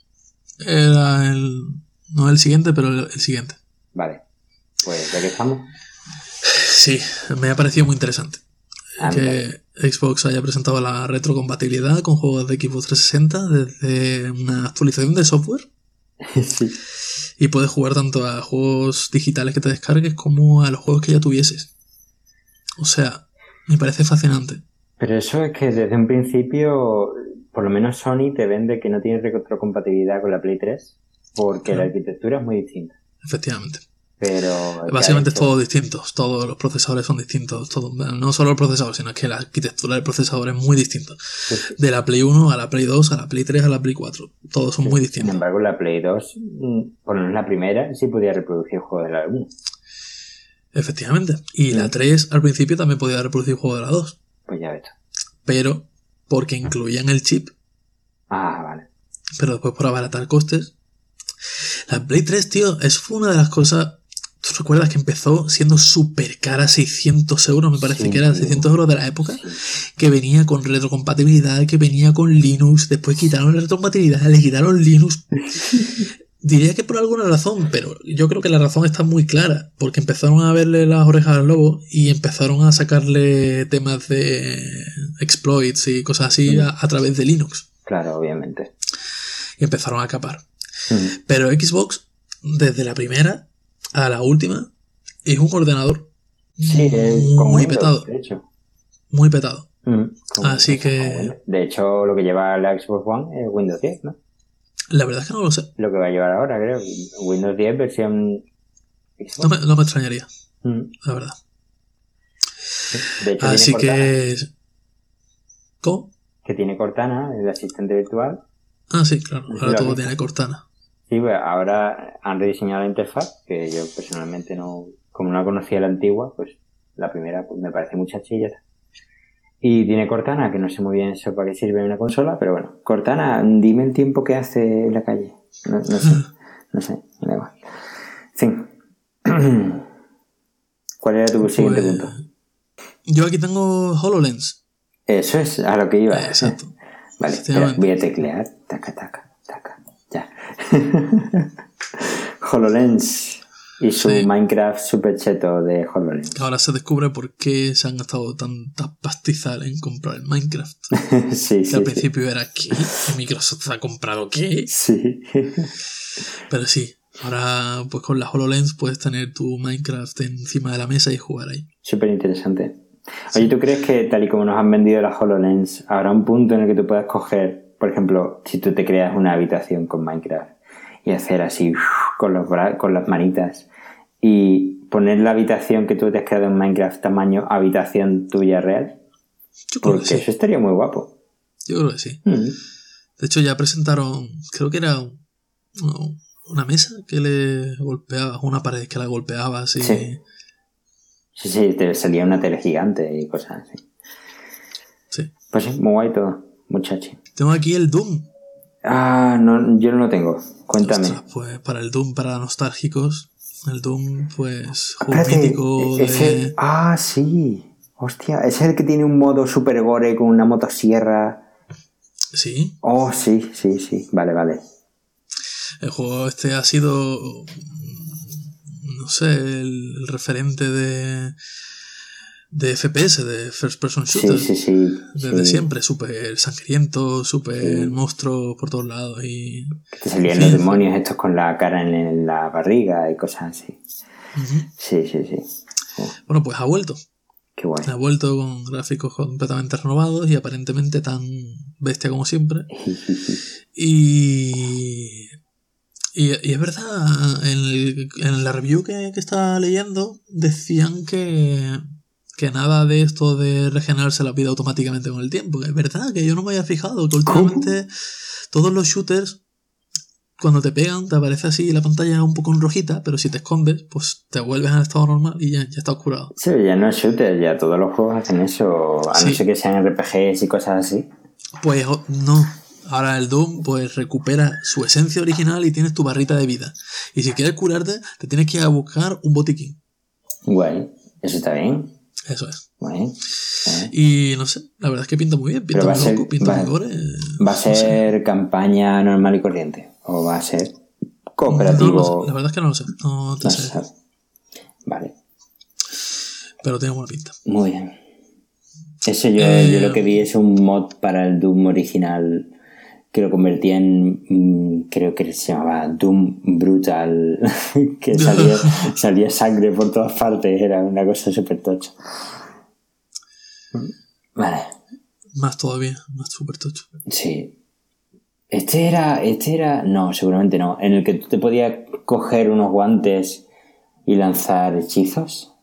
Era el... No el siguiente, pero el, el siguiente. Vale. Pues ya que estamos. Sí, me ha parecido muy interesante. Ah, que Xbox haya presentado la retrocompatibilidad con juegos de Xbox trescientos sesenta desde una actualización de software. Sí. Y puedes jugar tanto a juegos digitales que te descargues como a los juegos que ya tuvieses. O sea, me parece fascinante. Pero eso es que desde un principio, por lo menos Sony te vende que no tiene retrocompatibilidad con la Play tres porque Claro. la arquitectura es muy distinta. Efectivamente. Pero Básicamente es hecho... todo distinto. Todos los procesadores son distintos. Todo, no solo el procesador, sino que la arquitectura del procesador es muy distinta. Sí, sí. De la Play uno a la Play dos, a la Play tres, a la Play cuatro. Todos son Sí. muy distintos. Sin embargo, la Play dos, por lo menos la primera, sí podía reproducir juegos de la uno. Efectivamente. Y Sí. la tres al principio también podía reproducir juegos de la dos. Pues ya ves. Pero porque incluían el chip. Ah, vale. Pero después por abaratar costes. La Play tres, tío, eso fue una de las cosas... ¿Tú recuerdas que empezó siendo súper cara, seiscientos euros, me parece Sí, que era sí. seiscientos euros de la época? Sí. Que venía con retrocompatibilidad, que venía con Linux, después quitaron la retrocompatibilidad, le quitaron Linux. Diría que por alguna razón, pero yo creo que la razón está muy clara, porque empezaron a verle las orejas al lobo y empezaron a sacarle temas de exploits y cosas así a, a través de Linux. Claro, obviamente. Y empezaron a capar. Mm. Pero Xbox, desde la primera a la última, es un ordenador Sí, es muy con Windows, petado. de hecho. Muy petado. Mm, con Así Windows, que- con Windows. De hecho, lo que lleva la Xbox One es Windows diez, ¿no? La verdad es que no lo sé. Lo que va a llevar ahora, creo. Windows diez versión No Xbox. me, no me extrañaría, Mm. la verdad. De hecho, Así tiene Cortana, que... ¿Cómo? que tiene Cortana, el asistente virtual. Ah, sí, claro. Sí, Ahora lo todo has tiene Cortana. Sí, pues ahora han rediseñado la interfaz, que yo personalmente no, como no conocía la antigua, pues la primera pues me parece muy chachilla. Y tiene Cortana, que no sé muy bien eso para qué sirve en una consola, pero bueno, Cortana, dime el tiempo que hace en la calle. No, no sé, no sé, me da igual. En fin. ¿Cuál era tu siguiente Pues, punto? yo aquí tengo HoloLens. Eso es a lo que iba. Eh, exacto. Vale, espera, Efectivamente. voy a teclear. Taca, taca, taca. Ya. HoloLens y su Sí. Minecraft super cheto de HoloLens. Ahora se descubre por qué se han gastado tantas pastizales en comprar el Minecraft. Sí, Que sí, al sí. principio era ¿qué? ¿Microsoft ha comprado qué? Sí. Pero sí, ahora pues con la HoloLens puedes tener tu Minecraft encima de la mesa y jugar ahí. Súper interesante. Oye, ¿tú crees que tal y como nos han vendido la HoloLens, habrá un punto en el que tú puedas coger, por ejemplo, si tú te creas una habitación con Minecraft y hacer así con, los bra- con las manitas y poner la habitación que tú te has creado en Minecraft tamaño habitación tuya real? Yo creo Porque que sí. eso estaría muy guapo. Yo creo que sí. Mm. De hecho ya presentaron, creo que era un- no, una mesa que le golpeabas, una pared que la golpeabas y... Sí. Sí, sí, te salía una tele gigante y cosas así. Sí. Pues sí, muy guay todo, muchachi. Tengo aquí el Doom. Ah, no, yo no lo tengo. Cuéntame. Ostras, pues para el Doom, para nostálgicos, el Doom, pues, juego Espérate, mítico ese... de... Ah, sí. Hostia, ese es el que tiene un modo super gore con una motosierra. Sí, Oh, sí, sí, sí. Vale, vale. el juego este ha sido, no sé, el, el referente de, de F P S, de First Person Shooter. Sí, sí, sí. Desde sí. siempre, súper sangriento, súper Sí. monstruos por todos lados y... Que te salían Sí. los demonios estos con la cara en, en la barriga y cosas así. Ujú. Sí, sí, sí. Oh, Bueno, pues ha vuelto. qué guay. Ha vuelto con gráficos completamente renovados y aparentemente tan bestia como siempre. Y... Y, y es verdad, en, el- en la review que, que estaba leyendo decían que Que nada de esto de regenerarse la vida automáticamente con el tiempo. Es verdad que yo no me había fijado que últimamente todos los shooters, cuando te pegan, te aparece así la pantalla un poco en rojita, pero si te escondes, pues te vuelves al estado normal y ya, ya está oscurado. Sí, ya no es shooter, ya todos los juegos hacen eso, a sí. no ser que sean R P Gs y cosas así. Pues no. Ahora el Doom pues recupera su esencia original y tienes tu barrita de vida. Y si quieres curarte, te tienes que ir a buscar un botiquín. Guay, eso está bien. Eso es. Guay. Y no sé, la verdad es que pinta muy bien, pinta muy ser, loco, pinta va, muy gore. ¿Va a ser no sé. campaña normal y corriente? ¿O va a ser cooperativo? No, no sé. La verdad es que no lo sé. No te no sé. sé. Vale. Pero tiene buena pinta. Muy bien. Eso yo, eh, yo lo que vi es un mod para el Doom original que lo convertía en, creo que se llamaba Doom Brutal, que salía, salía sangre por todas partes, era una cosa súper tocha. Vale. Más todavía, más súper tocho. Sí. Este era, este era, no, seguramente no, en el que tú te podías coger unos guantes y lanzar hechizos.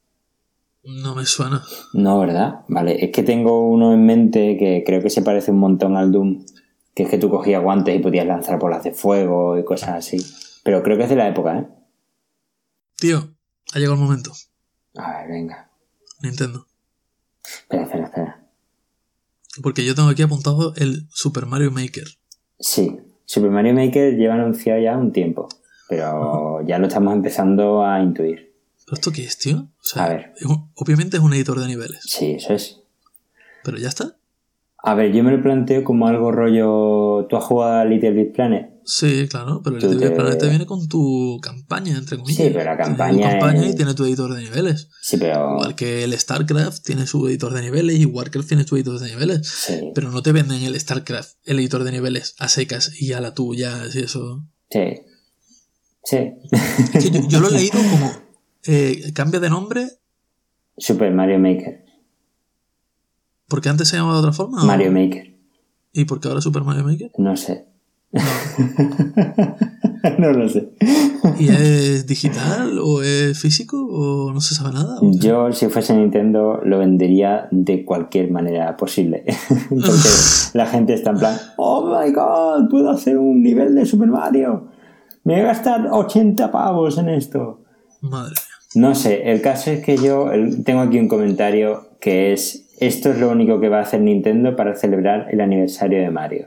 No me suena. No, ¿verdad? Vale, es que tengo uno en mente que creo que se parece un montón al Doom. Que es que tú cogías guantes y podías lanzar bolas de fuego y cosas así. Pero creo que es de la época, ¿eh? Tío, ha llegado el momento. A ver, venga. Nintendo. Espera, espera, espera. Porque yo tengo aquí apuntado el Super Mario Maker. Sí, Super Mario Maker lleva anunciado ya un tiempo. Pero uh-huh. ya lo estamos empezando a intuir. ¿Pero esto qué es, tío? O sea, a ver. Es un, obviamente es un editor de niveles. Sí, eso es. ¿Pero ya está? A ver, yo me lo planteo como algo rollo... ¿Tú has jugado a Little Big Planet? Sí, claro, pero el Little Big te... Planet te viene con tu campaña, entre comillas. Sí, pero la campaña... Tiene tu campaña es... y tiene tu editor de niveles. Sí, pero... Igual que el StarCraft tiene su editor de niveles y Warcraft tiene su editor de niveles. Sí. Pero no te venden el StarCraft, el editor de niveles, a secas y a la tuya, así eso... Sí. Sí. Es que yo, yo lo he leído como... Eh, cambia de nombre... Super Mario Maker. ¿Porque antes se llamaba de otra forma? Mario ¿o? Maker. ¿Y por qué ahora Super Mario Maker? No sé. No. No lo sé. ¿Y es digital o es físico o no se sabe nada? ¿O yo, si fuese Nintendo, lo vendería de cualquier manera posible. Porque la gente está en plan, oh my god, puedo hacer un nivel de Super Mario. Me voy a gastar ochenta pavos en esto. Madre mía. No sé, el caso es que yo tengo aquí un comentario que es... Esto es lo único que va a hacer Nintendo para celebrar el aniversario de Mario.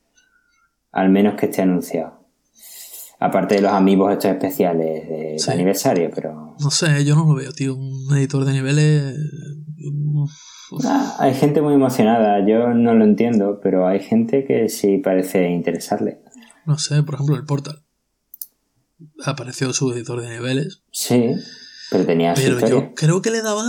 Al menos que esté anunciado. Aparte de los amigos estos especiales de sí. aniversario, pero... No sé, yo no lo veo, tío. Un editor de niveles... Ah, hay gente muy emocionada. Yo no lo entiendo, pero hay gente que sí parece interesarle. No sé, por ejemplo, el Portal. Apareció su editor de niveles. Sí, pero tenía su Pero historia. yo creo que le daba...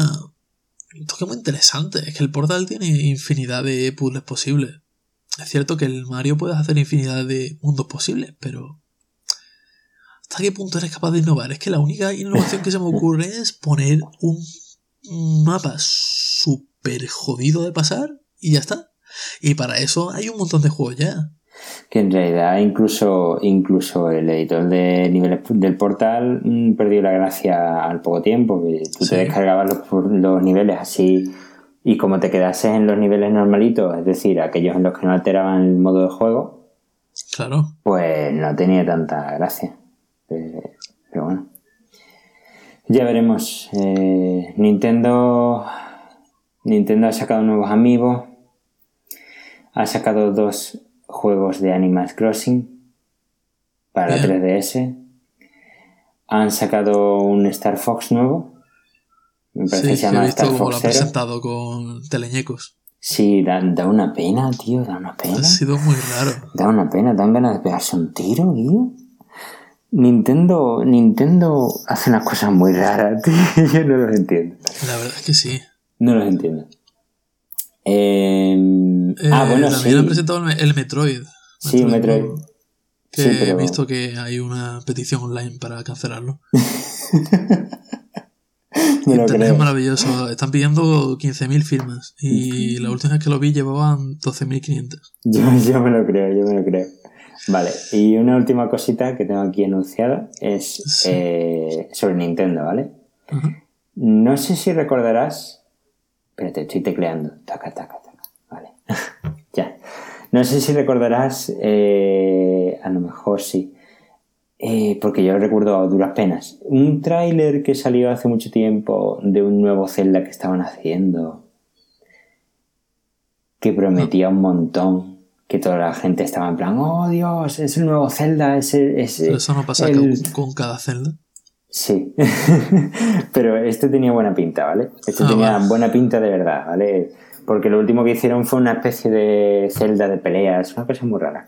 un toque muy interesante. Es que el Portal tiene infinidad de puzzles posibles. Es cierto que el Mario puede hacer infinidad de mundos posibles, pero ¿hasta qué punto eres capaz de innovar? Es que la única innovación que se me ocurre es poner un mapa súper jodido de pasar y ya está. Y para eso hay un montón de juegos ya. Que en realidad incluso incluso el editor de niveles del Portal mmm, perdió la gracia al poco tiempo. Que tú sí. te descargabas los, los niveles así y como te quedases en los niveles normalitos, es decir, aquellos en los que no alteraban el modo de juego, claro, pues no tenía tanta gracia. Pero, pero bueno, ya veremos. Eh, Nintendo Nintendo ha sacado nuevos amigos, ha sacado dos juegos de Animal Crossing para yeah. tres D S. Han sacado un Star Fox nuevo. Me parece sí, que se llama he visto Star cómo Fox lo ha presentado con teleñecos. Sí, da, da una pena, tío, da una pena. Ha sido muy raro. Da una pena, dan ganas de pegarse un tiro, tío. Nintendo, Nintendo hace unas cosas muy raras, tío. Yo no los entiendo. La verdad es que sí. No los entiendo. Eh, eh, ah, bueno, también sí. han presentado el, el Metroid. Sí, un Metroid. Metroid. Que sí, pero... he visto que hay una petición online para cancelarlo. Me lo Internet creo. es maravilloso. Están pidiendo quince mil firmas. Y la última vez que lo vi llevaban doce mil quinientos. Yo, yo me lo creo, yo me lo creo. Vale, y una última cosita que tengo aquí anunciada es sí. eh, sobre Nintendo, ¿vale? Uh-huh. No sé si recordarás... Espérate, estoy tecleando. Taca, taca, taca. Vale. Ya. No sé si recordarás... Eh, a lo mejor sí. Eh, porque yo lo recuerdo a duras penas. Un tráiler que salió hace mucho tiempo de un nuevo Zelda que estaban haciendo, que prometía un montón, que toda la gente estaba en plan, oh Dios, es el nuevo Zelda, es el, es Pero eso no pasa el... con cada Zelda. Sí, pero este tenía buena pinta, ¿vale? Este ah, tenía vale. buena pinta de verdad, ¿vale? Porque lo último que hicieron fue una especie de Zelda de peleas, una cosa muy rara.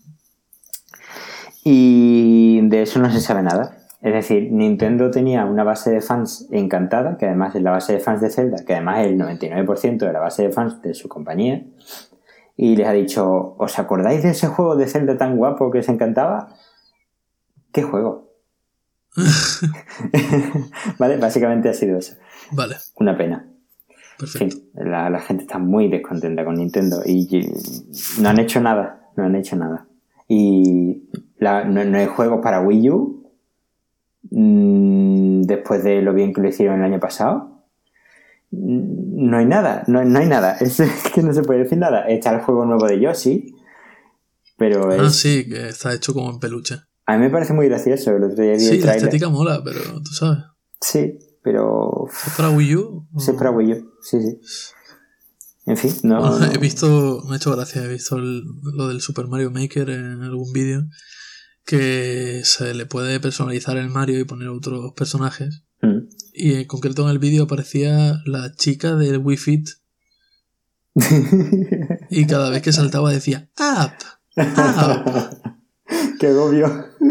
Y de eso no se sabe nada. Es decir, Nintendo tenía una base de fans encantada, que además es la base de fans de Zelda, que además es el noventa y nueve por ciento de la base de fans de su compañía, y les ha dicho, ¿os acordáis de ese juego de Zelda tan guapo que os encantaba? ¿Qué juego? Vale, básicamente ha sido eso. Vale. Una pena. Perfecto. En fin, la, la gente está muy descontenta con Nintendo y, y no han hecho nada, no han hecho nada. Y la, no, no hay juegos para Wii U mmm, después de lo bien que lo hicieron el año pasado. No hay nada, no, no hay nada. Es, es que no se puede decir nada. Está el juego nuevo de Yoshi, pero es... Ah, sí, que está hecho como en peluche. A mí me parece muy gracioso. El otro día vi sí, el la trailer. Estética mola, pero tú sabes. Sí, pero... ¿Es para Wii U? Sí, es para Wii U, sí, sí. En fin, no... Bueno, no. He visto, me ha hecho gracia, he visto el, lo del Super Mario Maker en algún vídeo, que se le puede personalizar el Mario y poner otros personajes. Mm. Y en concreto en el vídeo aparecía la chica del Wii Fit. Y cada vez que saltaba decía ¡Up! ¡Up! ¡Qué agobio!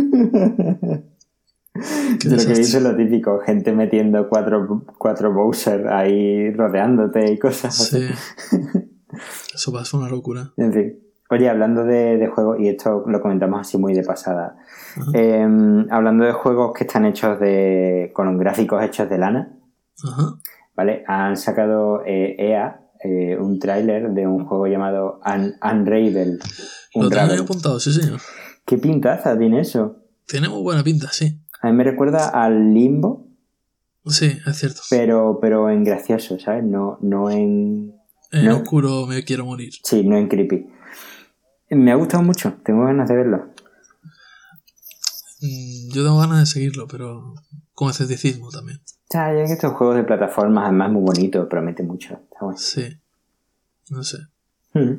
Qué Lo desastre. que dice es lo típico, gente metiendo cuatro, cuatro Bowser ahí rodeándote y cosas Sí. así. Eso va a ser una locura. En fin. Oye, hablando de, de juegos, y esto lo comentamos así muy de pasada, Ajá. eh, hablando de juegos que están hechos de con gráficos hechos de lana, Ajá. ¿vale? Han sacado eh, E A eh, un tráiler de un juego llamado Un- Unravel. Lo tengo Unravel. ahí apuntado, sí señor. ¿Qué pintaza tiene eso? Tiene muy buena pinta, sí. A mí me recuerda al Limbo, Sí, es cierto. pero, pero en gracioso, ¿sabes? No, no en... En no, oscuro me quiero morir. sí, no en creepy. Me ha gustado mucho, tengo ganas de verlo. Mm, Yo tengo ganas de seguirlo, pero con escepticismo también. O sea, ya que estos juegos de plataformas, además muy bonitos, promete mucho. Está bueno. Sí. No sé. Hmm.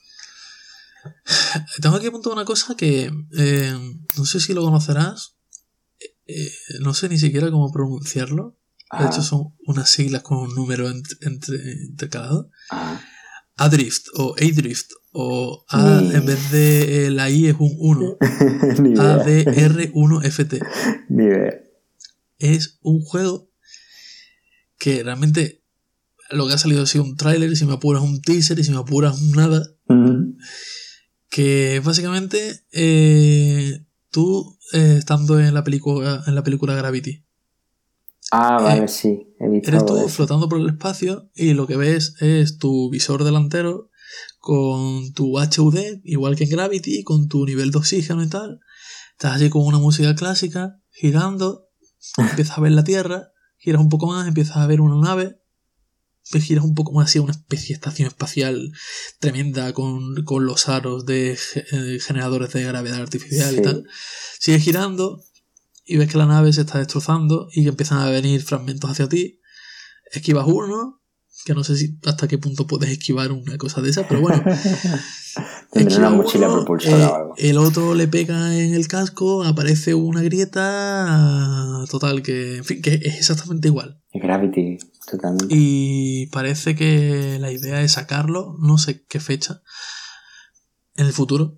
Tengo aquí apuntado una cosa que eh, no sé si lo conocerás. Eh, no sé ni siquiera cómo pronunciarlo. De Ah. hecho, son unas siglas con un número entre, entre, intercalado. Ah. Adrift o Adrift o A, Ni- en vez de eh, la I es un uno. Ni idea. A D R uno F T. Ni idea. Es un juego que realmente lo que ha salido ha sido un tráiler, y si me apuras un teaser, y si me apuras un nada. Mm. Que básicamente eh, tú eh, estando en la película en la película Gravity, Ah, vale, Eh, sí. He visto eres algo de tú eso. flotando por el espacio y lo que ves es tu visor delantero con tu H U D, igual que en Gravity, con tu nivel de oxígeno y tal. Estás allí con una música clásica, girando, empiezas a ver la Tierra, giras un poco más, empiezas a ver una nave, te giras un poco más hacia una especie de estación espacial tremenda con, con los aros de ge- eh, generadores de gravedad artificial Sí. y tal. Sigues girando y ves que la nave se está destrozando y que empiezan a venir fragmentos hacia ti. Esquivas uno, que no sé si hasta qué punto puedes esquivar una cosa de esa, pero bueno. Tendré una Esquiva mochila uno, propulsora eh, o algo. el otro le pega en el casco, aparece una grieta, total, que en fin, que es exactamente igual. Gravity, totalmente. Y parece que la idea es sacarlo, no sé qué fecha, en el futuro.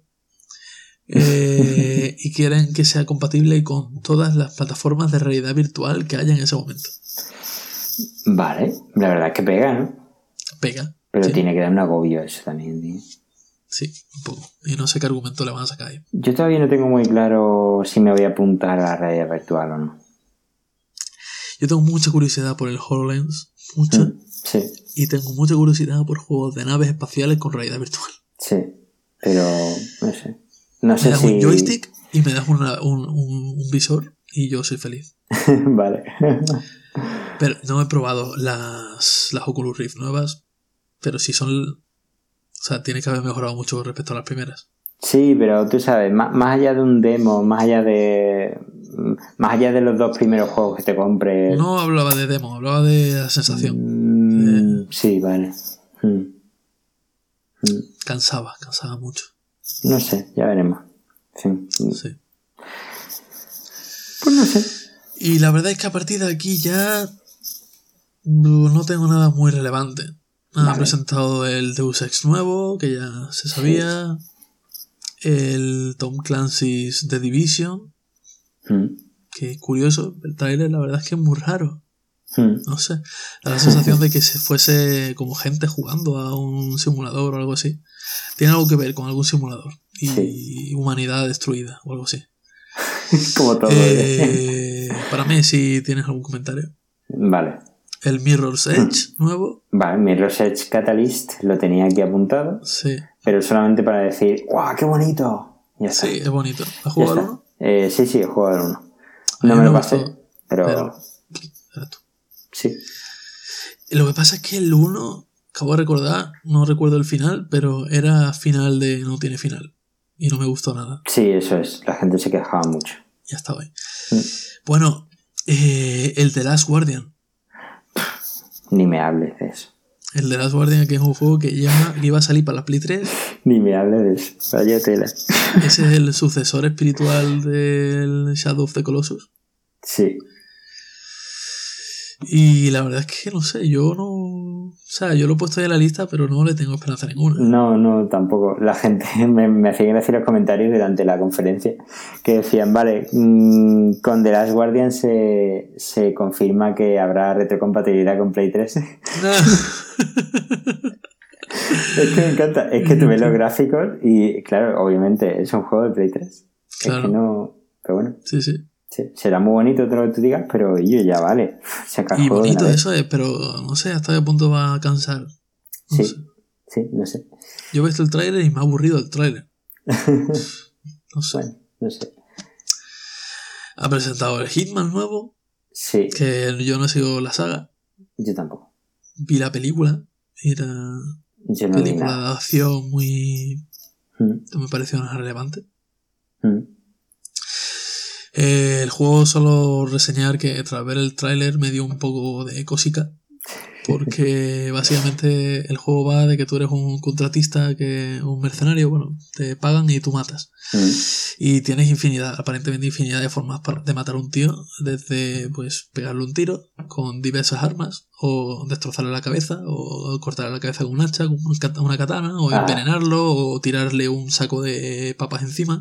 Eh, y quieren que sea compatible con todas las plataformas de realidad virtual que haya en ese momento. Vale, la verdad es que pega, ¿no? Pega. Pero sí, tiene que dar un agobio eso también, tío. sí, un poco. Y no sé qué argumento le van a sacar ahí. Yo todavía no tengo muy claro si me voy a apuntar a la realidad virtual o no. Yo tengo mucha curiosidad por el HoloLens, mucha. Mm, sí, Y tengo mucha curiosidad por juegos de naves espaciales con realidad virtual. sí, pero no sé. No Me sé das si... un joystick y me das una- un, un- un visor y yo soy feliz. Vale. Pero no he probado las, las Oculus Rift nuevas, pero sí son... O sea, tiene que haber mejorado mucho respecto a las primeras. Sí, pero tú sabes, más, más allá de un demo, más allá de... Más allá de los dos primeros juegos que te compres... No hablaba de demo, hablaba de la sensación. Mm, eh, sí, vale. Mm. Mm. Cansaba, cansaba mucho. No sé, ya veremos. Sí. Sí. Pues no sé. Y la verdad es que a partir de aquí ya no tengo nada muy relevante. Han vale. presentado el Deus Ex nuevo, que ya se sabía. Sí. El Tom Clancy's The Division. Mm. Que es curioso. El trailer la verdad es que es muy raro. Mm. No sé. Da la sensación de que se fuese como gente jugando a un simulador o algo así. Tiene algo que ver con algún simulador. Y sí. humanidad destruida o algo así. Como todo. Eh, para mí, si tienes algún comentario. Vale. El Mirror's Edge mm. nuevo. Vale, Mirror's Edge Catalyst lo tenía aquí apuntado. Sí. Pero solamente para decir, ¡guau, qué bonito! Ya está. Sí, es bonito. ¿Has jugado al uno? Eh, sí, sí, he jugado al uno. No me lo pasé, pero... pero... Sí. Lo que pasa es que el uno, acabo de recordar, no recuerdo el final, pero era final de no tiene final. Y no me gustó nada. Sí, eso es. La gente se quejaba mucho. Ya estaba ahí. Mm. Bueno, eh, el The Last Guardian. Ni me hables de eso. El The Last Guardian, que es un juego que ya iba a salir para la Play tres. Ni me hables de eso. Vaya tela. Ese es el sucesor espiritual del Shadow of the Colossus. Sí. Y la verdad es que no sé, yo no... O sea, yo lo he puesto ahí en la lista, pero no le tengo esperanza ninguna. No, no, tampoco. La gente me, me hacía gracia los comentarios durante la conferencia que decían, vale, mmm, con The Last Guardian se, se confirma que habrá retrocompatibilidad con Play tres. Es que me encanta. Es que tú ves los gráficos y, claro, obviamente es un juego de Play tres. Claro. Es que no... Pero bueno. Sí, sí. Sí, será muy bonito todo lo que tú digas, pero yo ya vale. Se acabó. Y bonito eso es, pero no sé hasta qué punto va a cansar. No sí, sé. sí, no sé. Yo he visto el tráiler y me ha aburrido el tráiler. No sé. Bueno, no sé. Ha presentado el Hitman nuevo. Sí. Que yo no he seguido la saga. Yo tampoco. Vi la película. Era yo no película de acción muy... ¿Mm? Me pareció más relevante. ¿Mm? Eh, el juego, solo reseñar que tras ver el tráiler me dio un poco de cosica, porque básicamente el juego va de que tú eres un contratista, que un mercenario, bueno, te pagan y tú matas. Mm. Y tienes infinidad, aparentemente infinidad de formas de matar a un tío, desde pues pegarle un tiro con diversas armas, o destrozarle la cabeza, o cortarle la cabeza con un hacha, con una katana, o envenenarlo, o tirarle un saco de papas encima.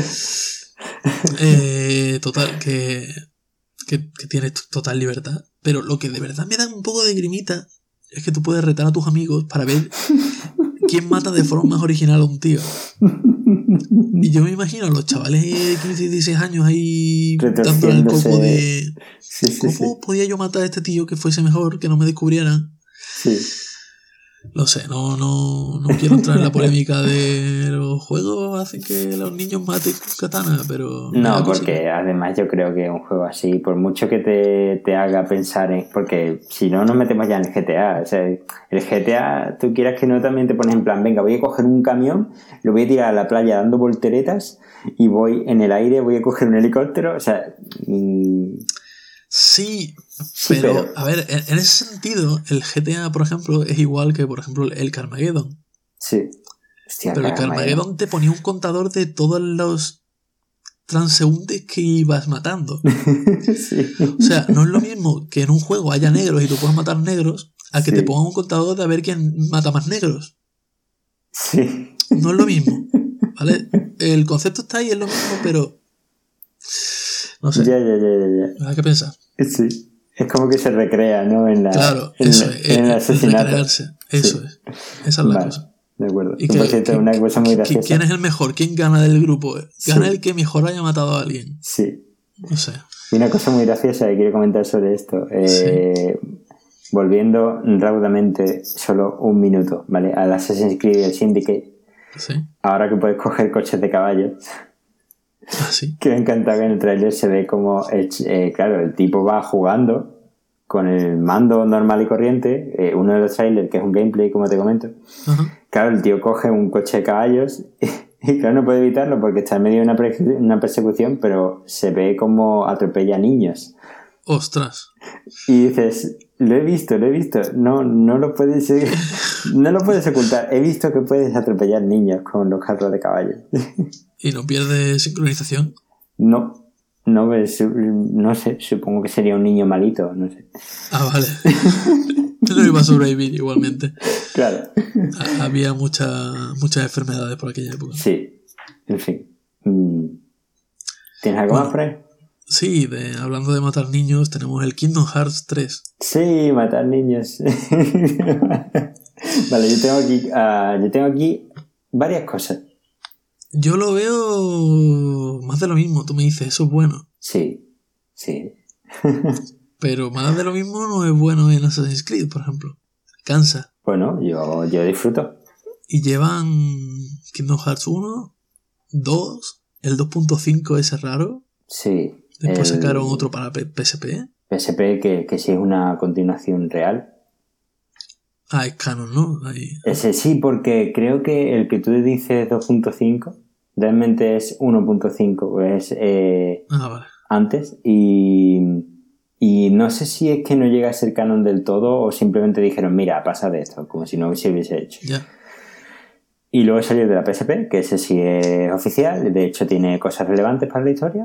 Eh, total, que, que, que tienes total libertad. Pero lo que de verdad me da un poco de grimita es que tú puedes retar a tus amigos para ver quién mata de forma más original a un tío. Y yo me imagino a los chavales de quince y dieciséis años ahí dándole el coco de sí, sí, ¿cómo sí. podía yo matar a este tío que fuese mejor, que no me descubrieran? Sí. No sé, no, no, no quiero entrar en la polémica de los juegos hacen que los niños maten con katana, pero... No, porque además yo creo que un juego así, por mucho que te, te haga pensar en... Porque si no, nos metemos ya en el G T A. O sea, el G T A, tú quieras que no, también te pones en plan, venga, voy a coger un camión, lo voy a tirar a la playa dando volteretas y voy en el aire, voy a coger un helicóptero, o sea... Mmm... Sí, sí pero, pero a ver, en, en ese sentido, el G T A, por ejemplo, es igual que, por ejemplo, el Carmageddon. Sí. Hostia, pero el Carmageddon te ponía un contador de todos los transeúntes que ibas matando. Sí. O sea, no es lo mismo que en un juego haya negros y tú puedas matar negros, a que sí. te pongan un contador de a ver quién mata más negros. Sí. No es lo mismo, ¿vale? El concepto está ahí, es lo mismo, pero... No sé. Ya, ya, ya, ya. Hay que pensar. Sí. Es como que se recrea, ¿no? En la, claro, en eso la, es. En el asesinato. Recrearse. Eso sí. es. Esa es la vale, cosa. De acuerdo. Y que, por cierto, que, una cosa muy graciosa. ¿Quién es el mejor? ¿Quién gana del grupo? ¿Gana sí. el que mejor haya matado a alguien? Sí. No sé. Y una cosa muy graciosa que quiero comentar sobre esto. Eh, sí. Volviendo raudamente, solo un minuto, ¿vale? Al Assassin's Creed y el Syndicate. Sí. Ahora que puedes coger coches de caballo. Ah, sí. Que me encanta que en el tráiler se ve como, el, eh, claro, el tipo va jugando con el mando normal y corriente, eh, uno de los trailers, que es un gameplay, como te comento, uh-huh. Claro, el tío coge un coche de caballos y, y claro, no puede evitarlo porque está en medio de una, pre- una persecución, pero se ve como atropella niños. ¡Ostras! Y dices, lo he visto, lo he visto. No, no lo puedes no lo puedes ocultar. He visto que puedes atropellar niños con los carros de caballos. ¿Y no pierde sincronización? No, no, no sé, supongo que sería un niño malito, no sé. Ah, vale. Pero iba a sobrevivir igualmente. Claro. Había mucha, muchas enfermedades por aquella época. Sí, en fin. ¿Tienes algo bueno, más por ahí? Sí, de, hablando de matar niños, tenemos el Kingdom Hearts tres. Sí, matar niños. Vale, yo tengo aquí, uh, yo tengo aquí varias cosas. Yo lo veo más de lo mismo, tú me dices, eso es bueno. Sí, sí. Pero más de lo mismo no es bueno en Assassin's Creed, por ejemplo. Cansa. Bueno, yo, yo disfruto. Y llevan Kingdom Hearts uno, dos, el dos punto cinco ese raro. Sí. Después el... sacaron otro para P S P. P S P que, que sí es una continuación real. Ah, es canon, ¿no? Ahí. Ese sí, porque creo que el que tú dices dos punto cinco realmente es uno punto cinco, es eh, ah, vale. antes. Y, y no sé si es que no llega a ser canon del todo o simplemente dijeron, mira, pasa de esto, como si no se hubiese hecho. Ya. Y luego salió de la P S P, que ese sí es oficial, de hecho tiene cosas relevantes para la historia.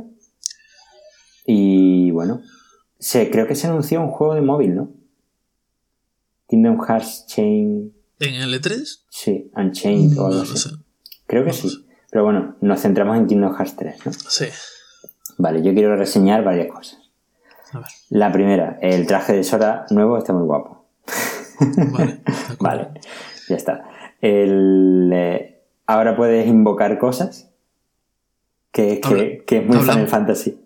Y bueno, se, creo que se anunció un juego de móvil, ¿no? Kingdom Hearts Chain... ¿En el E tres? Sí, Unchained no, o algo no así. Sé. Creo que no sí. Sé. Pero bueno, nos centramos en Kingdom Hearts tres, ¿no? Sí. Vale, yo quiero reseñar varias cosas. A ver. La primera, el traje de Sora nuevo está muy guapo. Vale. Vale, ya está. El, eh, ahora puedes invocar cosas que, que, Habla, que es muy hablamos. Final Fantasy.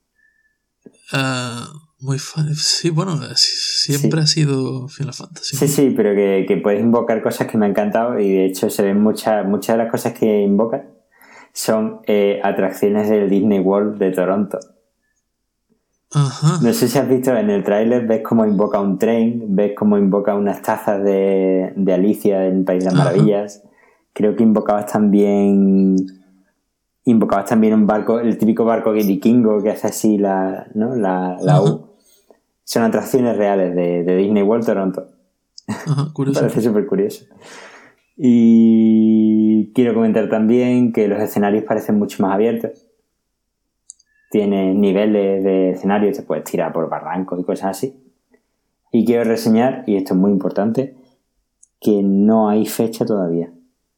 Uh, muy fan. Sí, bueno, siempre sí. Ha sido Final Fantasy. Sí, sí, pero que, que puedes invocar cosas que me han encantado y de hecho se ven muchas muchas de las cosas que invocas son eh, atracciones del Disney World de Toronto. Ajá. No sé si has visto en el tráiler, ves cómo invoca un tren, ves cómo invoca unas tazas de, de Alicia en el País de las Maravillas. Ajá. Creo que invocabas también invocabas también un barco, el típico barco vikingo que hace así la, ¿no? la, la U. Son atracciones reales de, de Disney World Toronto. Ajá, curioso. Me parece súper curioso. Y quiero comentar también que los escenarios parecen mucho más abiertos. Tiene niveles de escenarios, te puedes tirar por barrancos y cosas así. Y quiero reseñar, y esto es muy importante, que no hay fecha todavía.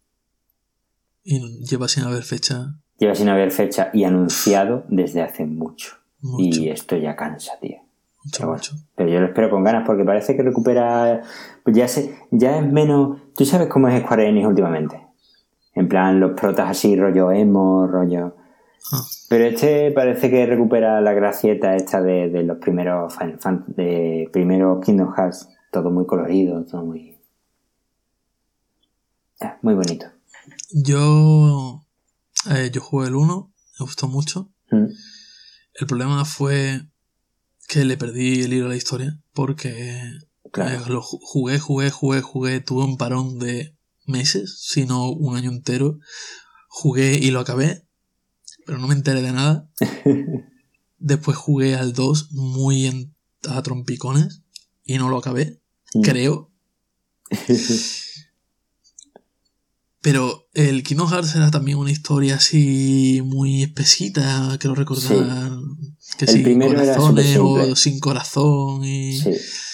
Y lleva sin haber fecha. Lleva sin haber fecha y anunciado desde hace mucho. mucho. Y esto ya cansa, tío. Mucho, pero, bueno, mucho. pero yo lo espero con ganas porque parece que recupera. Ya, se, ya es menos. ¿Tú sabes cómo es Square Enix últimamente? En plan, los protas así, rollo emo, rollo. Ah. Pero este parece que recupera la gracieta esta de, de los primeros Final Fantasy, de primeros Kingdom Hearts. Todo muy colorido, todo muy. Ah, muy bonito. Yo. Eh, yo jugué el uno, me gustó mucho. ¿Mm? El problema fue que le perdí el hilo a la historia porque claro. eh, lo jugué, jugué, jugué, jugué, tuve un parón de meses, si no un año entero. Jugué y lo acabé, pero no me enteré de nada. Después jugué al dos muy en, a trompicones y no lo acabé, mm. creo. Pero el Kingdom Hearts era también una historia así muy espesita, quiero recordar. Sí. Que el sin primero corazones era o sin corazón. Y, sí.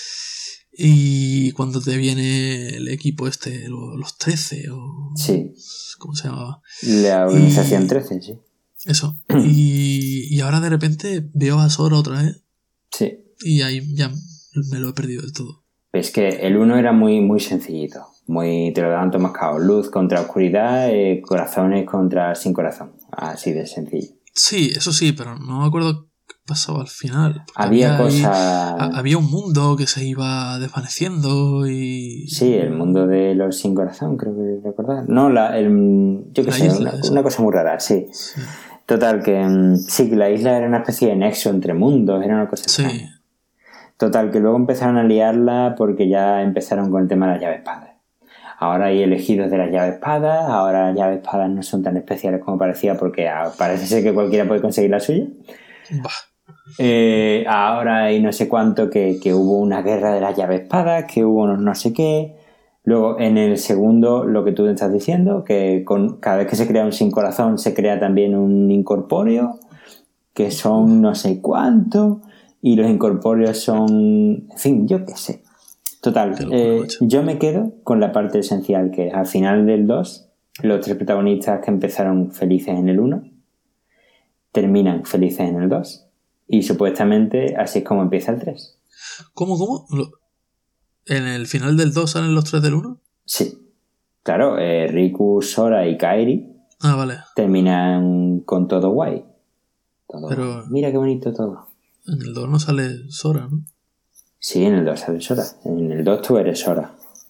y cuando te viene el equipo este, los, los trece o... Sí. ¿Cómo se llamaba? La organización y, trece, sí. Eso. y, y ahora de repente veo a Sora otra vez. Sí. Y ahí ya me lo he perdido del todo. Es que el uno era muy, muy sencillito. Muy, te lo daban todo mascado. Luz contra oscuridad, eh, corazones contra sin corazón. Así de sencillo. Sí, eso sí, pero no me acuerdo qué pasaba al final. Había, había cosas... Ahí, había un mundo que se iba desvaneciendo y... Sí, el mundo de los sin corazón, creo que recordar. No, la, el, yo qué sé, isla, una, una cosa muy rara, sí. sí. Total, que sí, que la isla era una especie de nexo entre mundos, era una cosa sí. extraña. Total, que luego empezaron a liarla porque ya empezaron con el tema de las llaves espadas. Ahora hay elegidos de las llaves espadas, ahora las llaves espadas no son tan especiales como parecía porque parece ser que cualquiera puede conseguir la suya. Bah. Eh, ahora hay no sé cuánto que, que hubo una guerra de las llaves espadas, que hubo unos no sé qué. Luego en el segundo, lo que tú estás diciendo, que con, cada vez que se crea un sin corazón se crea también un incorpóreo, que son no sé cuánto, y los incorpóreos son, en fin, yo qué sé. Total, eh, yo me quedo con la parte esencial, que al final del dos, los tres protagonistas que empezaron felices en el uno, terminan felices en el dos, y supuestamente así es como empieza el tres. ¿Cómo, cómo? ¿En el final del dos salen los tres del uno? Sí. Claro, eh, Riku, Sora y Kairi ah, vale. terminan con todo guay. Todo Pero guay. Mira qué bonito todo. En el dos no sale Sora, ¿no? Sí, en el dos sale Sora. En el dos tú eres Sora.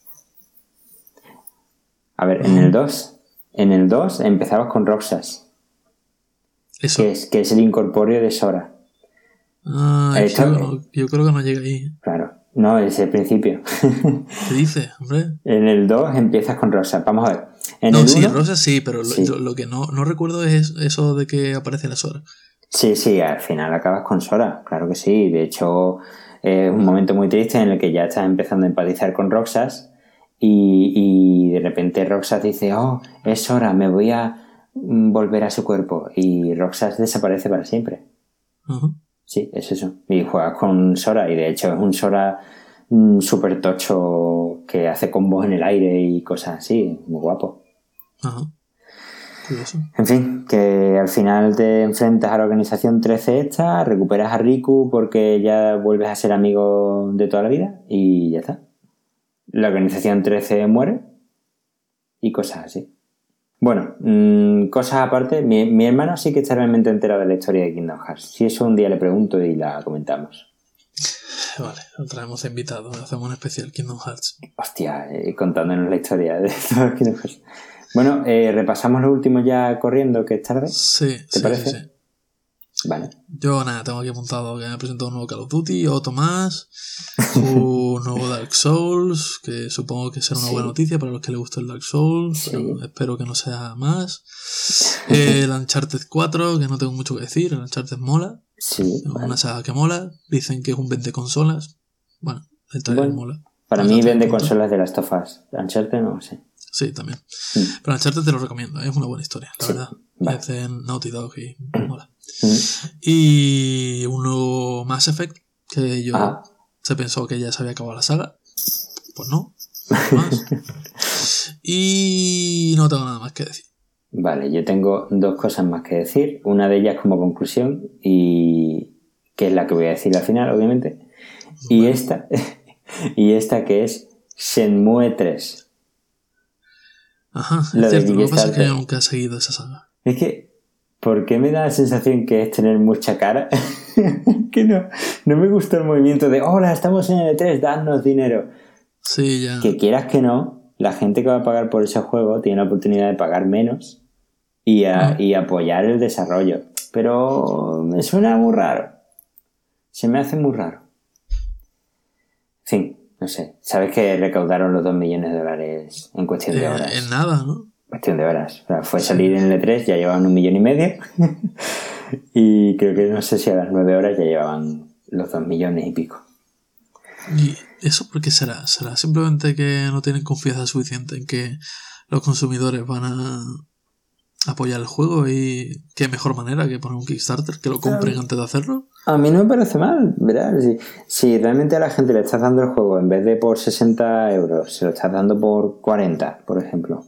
A ver, no. en el dos en el dos empezabas con Roxas. Eso. Que es, que es el incorpóreo de Sora. Ah, es que yo, no, yo creo que no llega ahí. Claro. No, es el principio. ¿Qué dices, hombre? En el dos empiezas con Rosa. Vamos a ver. En no, el sí, uno, Rosa sí, pero sí. Lo, lo que no, no recuerdo es eso de que aparece la Sora. Sí, sí, al final acabas con Sora. Claro que sí. De hecho, es un momento muy triste en el que ya estás empezando a empatizar con Roxas y, y de repente Roxas dice, oh, es Sora, me voy a volver a su cuerpo. Y Roxas desaparece para siempre. Uh-huh. Sí, es eso. Y juegas con Sora y de hecho es un Sora mmm, súper tocho que hace combos en el aire y cosas así. Muy guapo. Ajá. Curioso. En fin, que al final te enfrentas a la organización trece esta, recuperas a Riku porque ya vuelves a ser amigo de toda la vida y ya está. La organización trece muere y cosas así. Bueno, mmm, cosas aparte, mi, mi hermano sí que está realmente enterado de la historia de Kingdom Hearts. Si eso un día le pregunto y la comentamos. Vale, lo traemos invitado, hacemos un especial Kingdom Hearts. Hostia, eh, contándonos la historia de todo Kingdom Hearts. Bueno, eh, repasamos lo último ya corriendo, que es tarde. Sí, ¿Te sí, parece? sí, sí. Vale. Yo nada, tengo aquí apuntado que me ha presentado un nuevo Call of Duty, otro más, un nuevo Dark Souls, que supongo que será una sí. buena noticia para los que les gusta el Dark Souls, sí. pero espero que no sea más. El Uncharted cuatro, que no tengo mucho que decir, el Uncharted mola, sí, es vale. una saga que mola, dicen que es un vende consolas, bueno, el trailer bueno, mola. Para mí vende consolas de las tofas, Uncharted no sé. Sí, también. Mm. Pero Uncharted te lo recomiendo, es una buena historia, la sí, verdad. Vale. Es de Naughty Dog y mola. Mm. Y un nuevo Mass Effect, que yo ah. se pensó que ya se había acabado la saga. Pues no, más. Y no tengo nada más que decir. Vale, yo tengo dos cosas más que decir. Una de ellas como conclusión, y que es la que voy a decir al final, obviamente. Y vale. esta, y esta que es Shenmue tres. Ajá, es cierto, lo que pasa es que yo nunca he seguido esa saga. Es que, ¿por qué me da la sensación que es tener mucha cara? Que no, no me gusta el movimiento de hola, estamos en el E tres, dadnos dinero. Sí, ya. Que quieras que no, la gente que va a pagar por ese juego tiene la oportunidad de pagar menos y, a, ah. y apoyar el desarrollo. Pero me suena muy raro. Se me hace muy raro. En fin. No sé, sabes que recaudaron los dos millones de dólares en cuestión de horas. Eh, en nada, ¿no? Cuestión de horas. O sea, fue salir en el E tres, ya llevaban un millón y medio. Y creo que no sé si a las nueve horas ya llevaban los dos millones y pico. ¿Y eso por qué será? ¿Será simplemente que no tienen confianza suficiente en que los consumidores van a apoyar el juego? Y qué mejor manera que poner un Kickstarter, que lo compren um, antes de hacerlo. A mí no me parece mal, ¿verdad? Si, si realmente a la gente le estás dando el juego en vez de por sesenta euros, se lo estás dando por cuarenta, por ejemplo,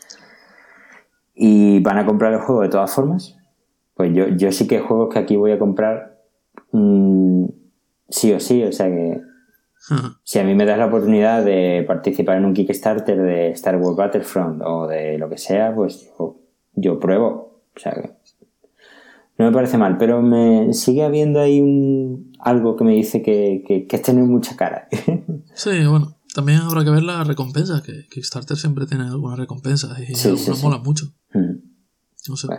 y van a comprar el juego de todas formas, pues yo, yo sí que hay juegos que aquí voy a comprar mmm, sí o sí, o sea que uh-huh. Si a mí me das la oportunidad de participar en un Kickstarter de Star Wars Battlefront o de lo que sea, pues yo, yo pruebo, o sea que no me parece mal, pero me sigue habiendo ahí un algo que me dice que, que, que es tener mucha cara. Sí, bueno, también habrá que ver las recompensas, que Kickstarter siempre tiene algunas recompensas y sí, algunas sí, molan sí. mucho. Mm. No sé. Bueno,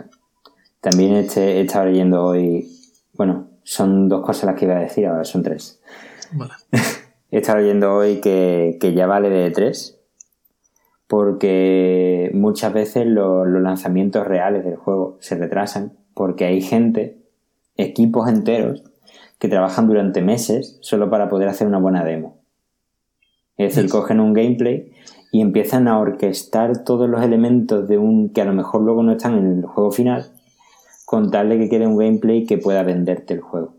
también este, he estado leyendo hoy, bueno, son dos cosas las que iba a decir, ahora son tres. Vale. He estado leyendo hoy que, que ya vale de E tres, porque muchas veces lo, los lanzamientos reales del juego se retrasan porque hay gente, equipos enteros, que trabajan durante meses solo para poder hacer una buena demo. Es decir, yes. cogen un gameplay y empiezan a orquestar todos los elementos de un que a lo mejor luego no están en el juego final, con tal de que quede un gameplay que pueda venderte el juego.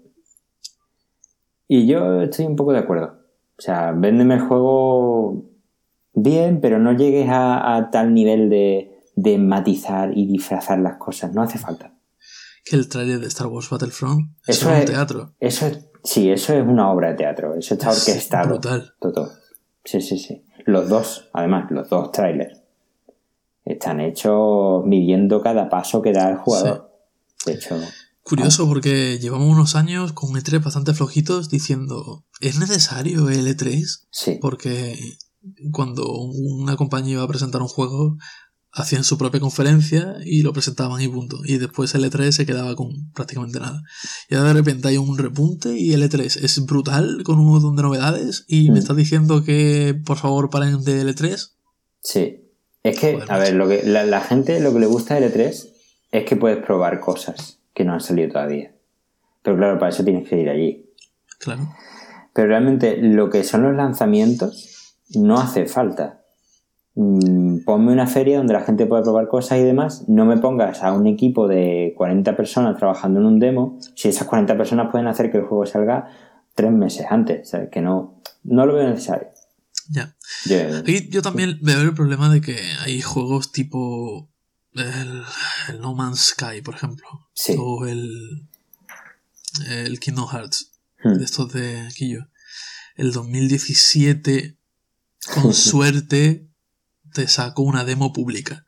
Y yo estoy un poco de acuerdo. O sea, véndeme el juego bien, pero no llegues a, a tal nivel de, de matizar y disfrazar las cosas. No hace falta. Que el trailer de Star Wars Battlefront eso es un es, teatro. Eso es, sí, eso es una obra de teatro. Eso está es orquestado. Brutal. Todo. Sí, sí, sí. Los dos, además, los dos trailers están hechos midiendo cada paso que da el jugador. Sí. De hecho... Curioso, porque llevamos unos años con E tres bastante flojitos diciendo, ¿es necesario el E tres? Sí. Porque cuando una compañía iba a presentar un juego, hacían su propia conferencia y lo presentaban y punto. Y después el E tres se quedaba con prácticamente nada. Y ahora de repente hay un repunte y el E tres es brutal, con un montón de novedades, y mm. me estás diciendo que por favor paren del E tres. Sí. Es que, Joder, a ver, lo que la, la gente lo que le gusta del E tres es que puedes probar cosas que no han salido todavía. Pero claro, para eso tienes que ir allí. Claro. Pero realmente lo que son los lanzamientos no hace falta. Mm, ponme una feria donde la gente pueda probar cosas y demás. No me pongas a un equipo de cuarenta personas trabajando en un demo si esas cuarenta personas pueden hacer que el juego salga tres meses antes. ¿Sabes? Que no, no lo veo necesario. Ya. Yeah. Aquí yo también veo el problema de que hay juegos tipo... El, el No Man's Sky, por ejemplo. Sí. O el, el Kingdom Hearts. Hmm. De estos de aquí yo. El dos mil diecisiete, con suerte, te sacó una demo pública.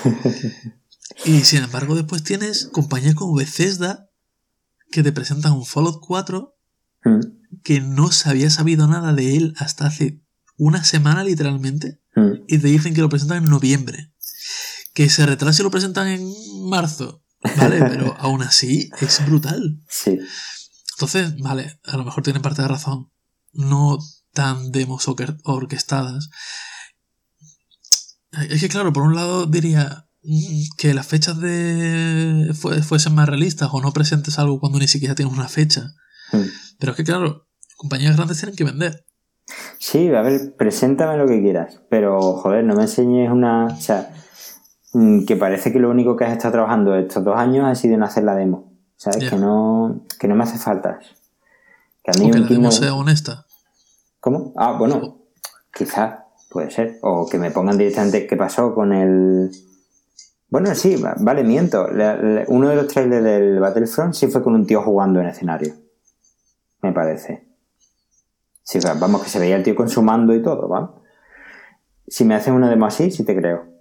Y sin embargo, después tienes compañías como Bethesda que te presentan un Fallout cuatro hmm. que no se había sabido nada de él hasta hace una semana, literalmente. Hmm. Y te dicen que lo presentan en noviembre. Que se retrase y lo presentan en marzo, ¿vale? Pero aún así es brutal. Sí. Entonces, vale, a lo mejor tienen parte de razón. No tan demos or- orquestadas. Es que claro, por un lado diría que las fechas de fu- fuesen más realistas o no presentes algo cuando ni siquiera tienes una fecha. Mm. Pero es que claro, compañías grandes tienen que vender. Sí, a ver, preséntame lo que quieras. Pero, joder, no me enseñes una... O sea... que parece que lo único que has estado trabajando estos dos años ha sido en hacer la demo. ¿Sabes? Yeah. Que no que no me hace falta. Que a mí o que la demo no... sea honesta. ¿Cómo? Ah, bueno, quizás, puede ser. O que me pongan directamente qué pasó con el... Bueno, sí, vale, miento. La, la, uno de los trailers del Battlefront sí fue con un tío jugando en escenario. Me parece. Sí, vamos, que se veía el tío consumando y todo, ¿vale? Si me hacen una demo así, sí te creo.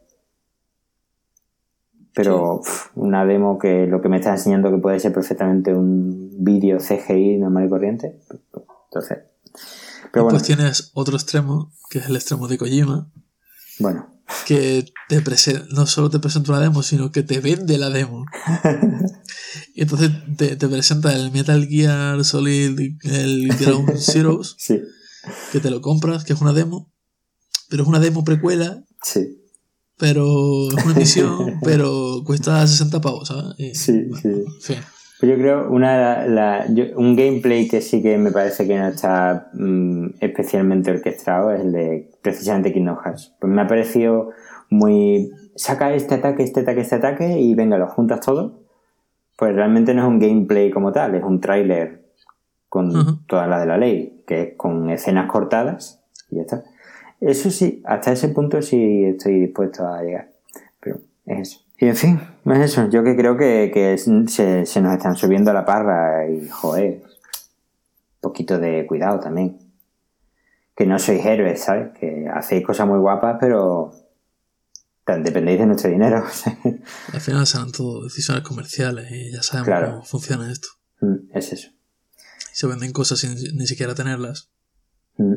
Pero sí. pff, una demo que lo que me está enseñando que puede ser perfectamente un vídeo C G I normal y corriente. Entonces. Pero bueno. Pues tienes otro extremo, que es el extremo de Kojima. Bueno. Que te presenta, no solo te presenta una demo, sino que te vende la demo. Y entonces te, te presenta el Metal Gear Solid, el Ground Zeroes. Sí. Que te lo compras, que es una demo. Pero es una demo precuela. Sí. Pero es una misión, pero cuesta sesenta pavos, ¿sabes? Y, sí, bueno, sí. Sí. Pues yo creo una la, yo, un gameplay que sí que me parece que no está mmm, especialmente orquestado es el de precisamente Kingdom Hearts. Pues me ha parecido muy... Saca este ataque, este ataque, este ataque y venga, lo juntas todo. Pues realmente no es un gameplay como tal, es un tráiler con uh-huh. toda la de la ley, que es con escenas cortadas y ya está. Eso sí, hasta ese punto sí estoy dispuesto a llegar. Pero es eso. Y en fin, es eso. Yo que creo que, que se, se nos están subiendo a la parra y, joder, un poquito de cuidado también. Que no sois héroes, ¿sabes? Que hacéis cosas muy guapas, pero dependéis de nuestro dinero. Al final serán todo decisiones comerciales y ya sabemos claro. cómo funciona esto. Mm, es eso. Se venden cosas sin ni siquiera tenerlas. Mm.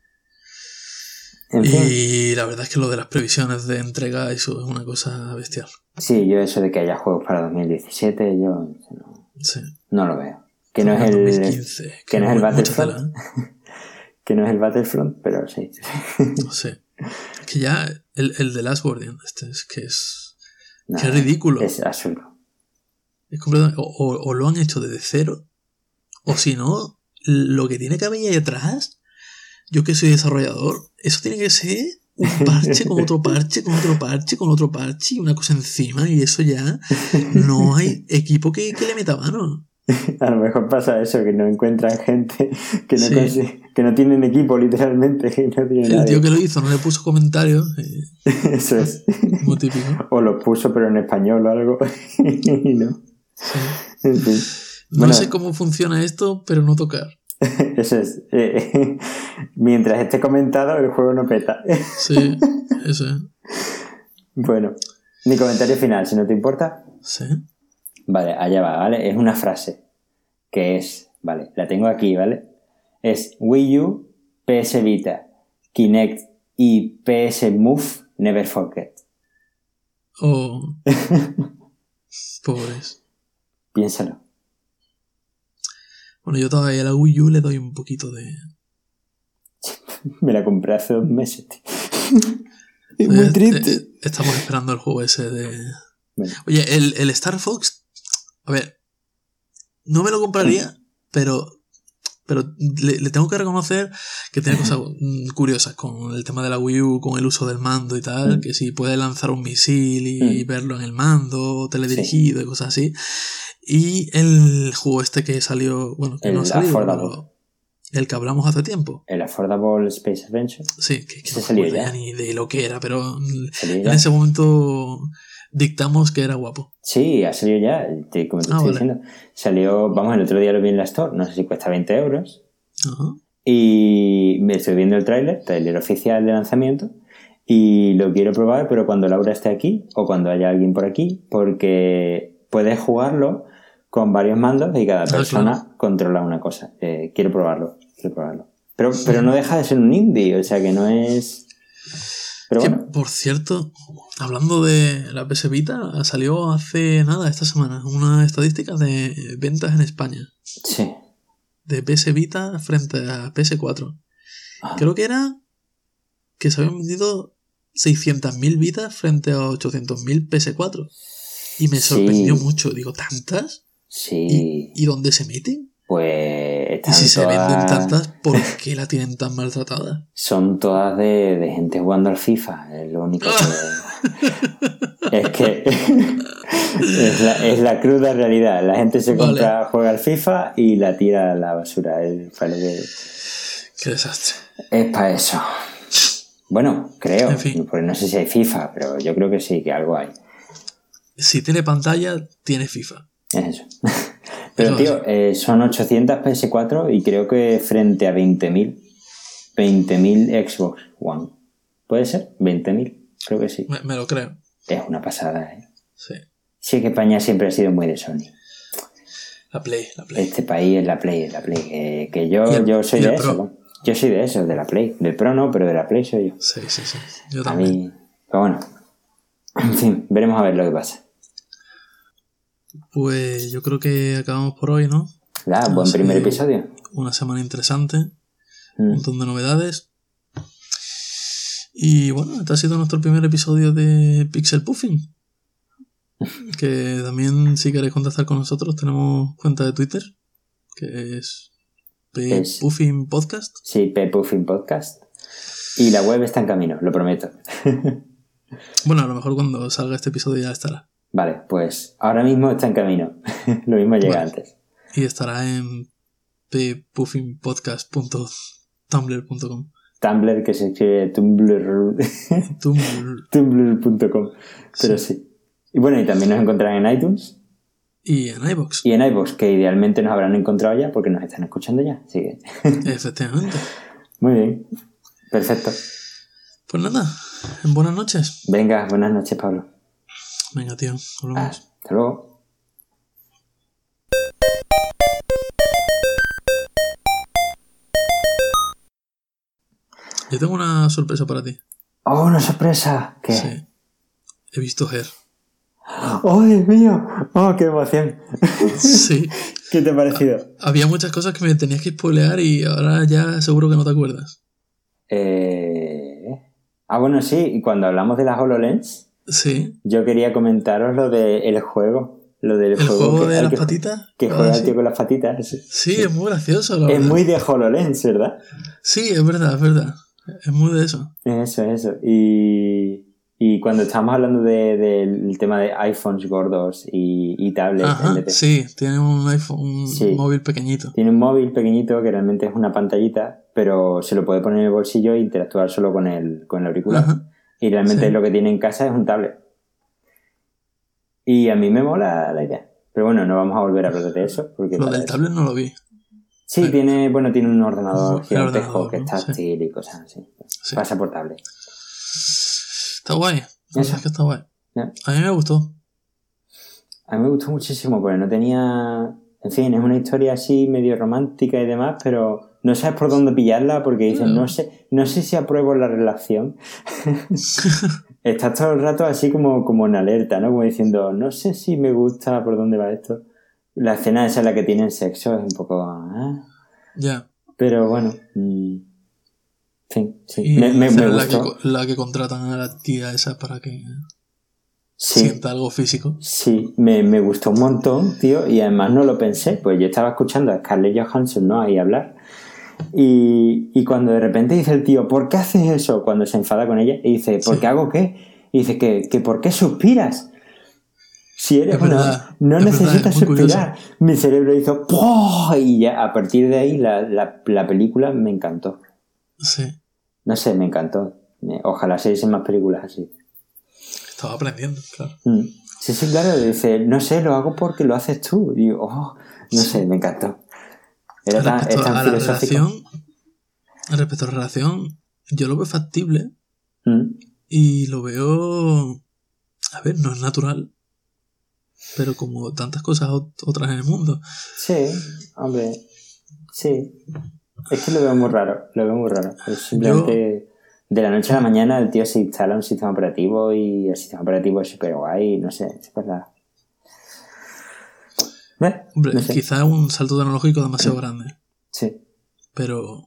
En fin. Y la verdad es que lo de las previsiones de entrega, eso es una cosa bestial. Sí, yo eso de que haya juegos para dos mil diecisiete, yo no, sí. no lo veo. Que no es el, dos mil quince, que no es el Battlefront. que no es el Battlefront, pero sí. No sé. Es que ya el, el de Last Guardian, este es que es... No, que es ridículo. Es absurdo. Es completamente... O, o, o lo han hecho desde cero, o si no, lo que tiene que haber ahí atrás, yo que soy desarrollador, eso tiene que ser un parche con otro parche, con otro parche, con otro parche y una cosa encima, y eso ya no hay equipo que, que le meta mano. A lo mejor pasa eso, que no encuentran gente, que no, Sí. consigue, que no tienen equipo literalmente, que no tienen El nadie. tío que lo hizo no le puso comentarios. Eh, Eso es. Muy típico. O lo puso pero en español o algo. Y no. Sí. En fin. No Bueno, sé cómo funciona esto, pero no tocar. eso es. Eh, mientras esté comentado, el juego no peta. Sí, eso es. Bueno, mi comentario final, si no te importa. Sí. Vale, allá va, ¿vale? Es una frase que es, vale, la tengo aquí, ¿vale? Es Wii U, P S Vita, Kinect y P S Move, never forget. Oh. Pobres. Piénsalo. Bueno, yo todavía a la Wii U le doy un poquito de... Me la compré hace dos meses, tío. Es muy Eh, triste. eh, estamos esperando el juego ese de... Bueno. Oye, el, el Star Fox... A ver, no me lo compraría, pero... Pero le, le tengo que reconocer que tiene cosas mm, curiosas con el tema de la Wii U, con el uso del mando y tal, Mm. que si puede lanzar un misil y Mm. verlo en el mando, teledirigido y cosas así. Y el juego este que salió, bueno, que El no ha salido, Affordable. pero el que hablamos hace tiempo. El Affordable Space Adventure. Sí, que, que Ese no salió me acuerdo ya. ya ni de lo que era, pero ¿Salió en ya? ese momento dictamos que era guapo. Sí, ha salido ya, te- como te Ah, estoy vale. diciendo. Salió, vamos, el otro día lo vi en la Store, no sé si cuesta veinte euros. Ajá. Y me estoy viendo el tráiler, tráiler oficial de lanzamiento, y lo quiero probar, pero cuando Laura esté aquí, o cuando haya alguien por aquí, porque puedes jugarlo con varios mandos y cada Ah, persona claro. controla una cosa. Eh, quiero probarlo, quiero probarlo. Pero, pero no deja de ser un indie, o sea que no es... Pero Que, bueno, por cierto, hablando de la P S Vita, salió hace nada, esta semana, una estadística de ventas en España. sí. De P S Vita frente a P S cuatro. Ah, Creo que era que se habían vendido seiscientas mil Vitas frente a ochocientos mil P S cuatro. Y me Sí. sorprendió mucho. Digo, ¿tantas? sí, ¿Y, y dónde se meten? pues Y están si se todas- venden tantas, ¿por qué la tienen tan maltratada? son todas de, de gente jugando al FIFA, es lo único que... es que es la, es la cruda realidad. La gente se Vale. compra, juega al FIFA y la tira a la basura. Es para, lo que- Qué desastre. es para eso. Bueno, creo, En fin. porque no sé si hay FIFA, pero yo creo que sí, que algo hay. Si tiene pantalla, tiene FIFA. Es eso. Pero Eso tío, eh, son ochocientas P S cuatro y creo que frente a veinte mil veinte mil Xbox One. ¿Puede ser? veinte mil, creo que sí. Me, me lo creo. Es una pasada, ¿eh? Sí. Sí, que España siempre ha sido muy de Sony. La Play, la Play. Este país es la Play, es la Play. Que, que Y yo, el- yo soy y el de Pro. eso, ¿no? Yo soy de eso, de la Play. Del Pro no, pero de la Play soy yo. Sí, sí, sí. Yo A también. mí... Pero bueno. En fin, veremos a ver lo que pasa. Pues yo creo que acabamos por hoy, ¿no? ¿Verdad? Buen Sí. primer episodio. Una semana interesante. Un Mm. montón de novedades. Y bueno, este ha sido nuestro primer episodio de Pixel Puffin. Que también, si queréis contactar con nosotros, tenemos cuenta de Twitter, que es P Es- Puffin Podcast. Sí, P-Puffin Podcast. Y la web está en camino, lo prometo. Bueno, a lo mejor cuando salga este episodio ya estará. Vale, pues ahora mismo está en camino. Lo mismo llega Vale. antes. Y estará en p puffin podcast punto tumblr punto com. Tumblr, que se escribe Tumblr. Tumblr. Tumblr punto com. Pero Sí. sí. Y bueno, y también nos encontrarán en iTunes Y en iVoox. y en iVoox, que idealmente nos habrán encontrado ya porque nos están escuchando ya. Así que, Efectivamente. muy bien. Perfecto. Pues nada, buenas noches. Venga, buenas noches, Pablo. Venga, tío, volvemos. Hasta luego. Yo tengo una sorpresa para ti. ¡Oh, una sorpresa! ¿Qué? Sí. He visto Her. ¡Oh, Dios mío! ¡Oh, qué emoción! Sí. ¿Qué te ha parecido? Había muchas cosas que me tenías que spoilear y ahora ya seguro que no te acuerdas. Eh... Ah, bueno, sí, y cuando hablamos de las HoloLens, sí. Yo quería comentaros lo del juego. Lo del ¿El juego, juego que, de las que, patitas? Que Ah, juega sí. el tío con las patitas. Sí, sí, es muy gracioso, la es verdad. muy de HoloLens, ¿verdad? Sí, es verdad, es verdad. Es muy de eso. Eso, eso. Y, y cuando estábamos hablando de, del tema de iPhones gordos y, y tablets Ajá, M P. sí, tiene un iPhone, un Sí. móvil pequeñito. Tiene un móvil pequeñito que realmente es una pantallita, pero se lo puede poner en el bolsillo e interactuar solo con el, con el auricular. Ajá. Y realmente Sí. lo que tiene en casa es un tablet. Y a mí me mola la idea. Pero bueno, no vamos a volver a hablar de eso. Porque Lo para del eso... tablet no lo vi. Sí, Pero... tiene, bueno, tiene un ordenador El gigantesco ordenador, que ¿no? es táctil Sí. y cosas así. Sí. Pasa por tablet. Está guay. La verdad es que está guay. ¿Ya? A mí me gustó. A mí me gustó muchísimo porque no tenía... En fin, es una historia así medio romántica y demás, pero no sabes por dónde pillarla porque dices, no sé, no sé si apruebo la relación. Estás todo el rato así como, como en alerta, ¿no? Como diciendo, no sé si me gusta por dónde va esto. La escena esa en la que tienen sexo es un poco... ¿eh? Ya. Pero bueno... Mmm, sí, sí. Y Me, me, me la gustó. que, la que contratan a la tía esa para que Sí. sienta algo físico. Sí, me, me gustó un montón, tío, y además no lo pensé, pues yo estaba escuchando a Scarlett Johansson, ¿no? Ahí hablar. Y, y cuando de repente dice el tío, ¿por qué haces eso? Cuando se enfada con ella, y dice, ¿por Sí. qué hago qué? Y dice, que, que ¿por qué suspiras? Si eres Es verdad, una, no es necesitas verdad, es muy suspirar. curioso. Mi cerebro hizo ¡pum! Y ya a partir de ahí la, la, la película me encantó. Sí. No sé, me encantó. Ojalá se hiciesen más películas así. Estaba aprendiendo, claro. Mm. Sí, sí, claro. Dice, no sé, lo hago porque lo haces tú. Y digo, oh, no Sí. sé, me encantó. Era tan, respecto es tan a la filosófico. relación, respecto a la relación, yo lo veo factible Mm. y lo veo, a ver, no es natural, pero como tantas cosas ot- otras en el mundo. Sí, hombre, sí. Es que lo veo muy raro, lo veo muy raro. Es simplemente Yo, de la noche a la mañana el tío se instala un sistema operativo y el sistema operativo es súper guay, no sé, es verdad. ¿Eh? hombre, No sé. quizá es un salto tecnológico demasiado grande, Sí. pero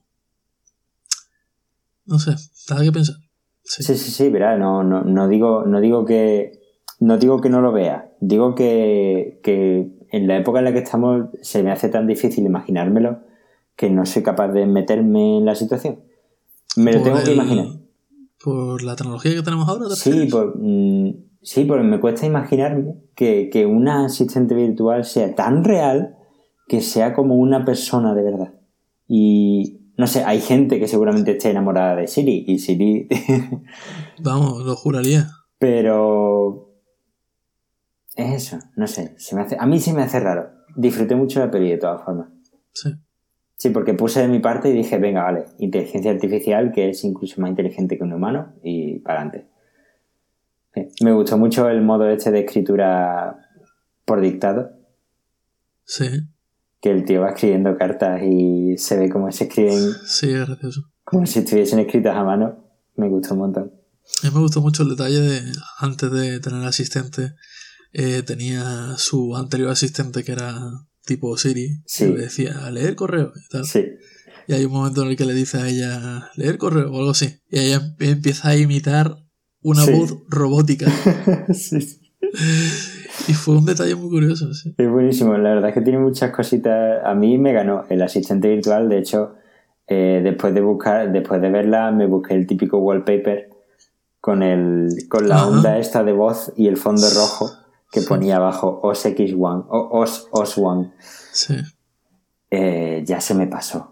no sé, nada que pensar. Sí. Sí, sí, sí, verá, no, no, no digo, no digo que no digo que no lo vea, digo que, que en la época en la que estamos se me hace tan difícil imaginármelo que no soy capaz de meterme en la situación. Me lo Por tengo que el- imaginar. Por la tecnología que tenemos ahora, ¿te Sí, refieres? por, mm, sí, porque me cuesta imaginarme que, que una asistente virtual sea tan real que sea como una persona de verdad. Y no sé, hay gente que seguramente esté enamorada de Siri y Siri... Vamos, lo juraría. Pero es eso, no sé, se me hace, a mí se me hace raro. Disfruté mucho la peli de todas formas. Sí. Sí, porque puse de mi parte y dije, venga, vale, inteligencia artificial que es incluso más inteligente que un humano y para adelante. Sí. Me gustó mucho el modo este de escritura por dictado, Sí, que el tío va escribiendo cartas y se ve como se escriben, sí, es gracioso. como si estuviesen escritas a mano. Me gustó un montón. A mí me gustó mucho el detalle de, antes de tener asistente, eh, tenía su anterior asistente que era tipo Siri, Sí. y le decía, leer correo y tal. Sí, Y hay un momento en el que le dice a ella, leer correo o algo así. Y ella em- empieza a imitar una Sí. voz robótica. sí, sí. Y fue un detalle muy curioso, sí. Es buenísimo, la verdad es que tiene muchas cositas. A mí me ganó el asistente virtual, de hecho, eh, después de buscar, después de verla, me busqué el típico wallpaper con el, con la Ajá. onda esta de voz y el fondo rojo que Sí. ponía abajo O S X uno o Os, Os uno. Sí. Eh, ya se me pasó.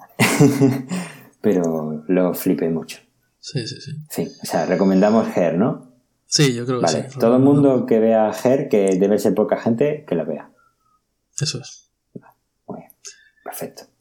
Pero lo flipé mucho. Sí, sí, sí. Sí, o sea, recomendamos Her, ¿no? Sí, yo creo que Vale, sí. todo el mundo que vea Her, que debe ser poca gente, que la vea. Eso es. Muy bien, perfecto.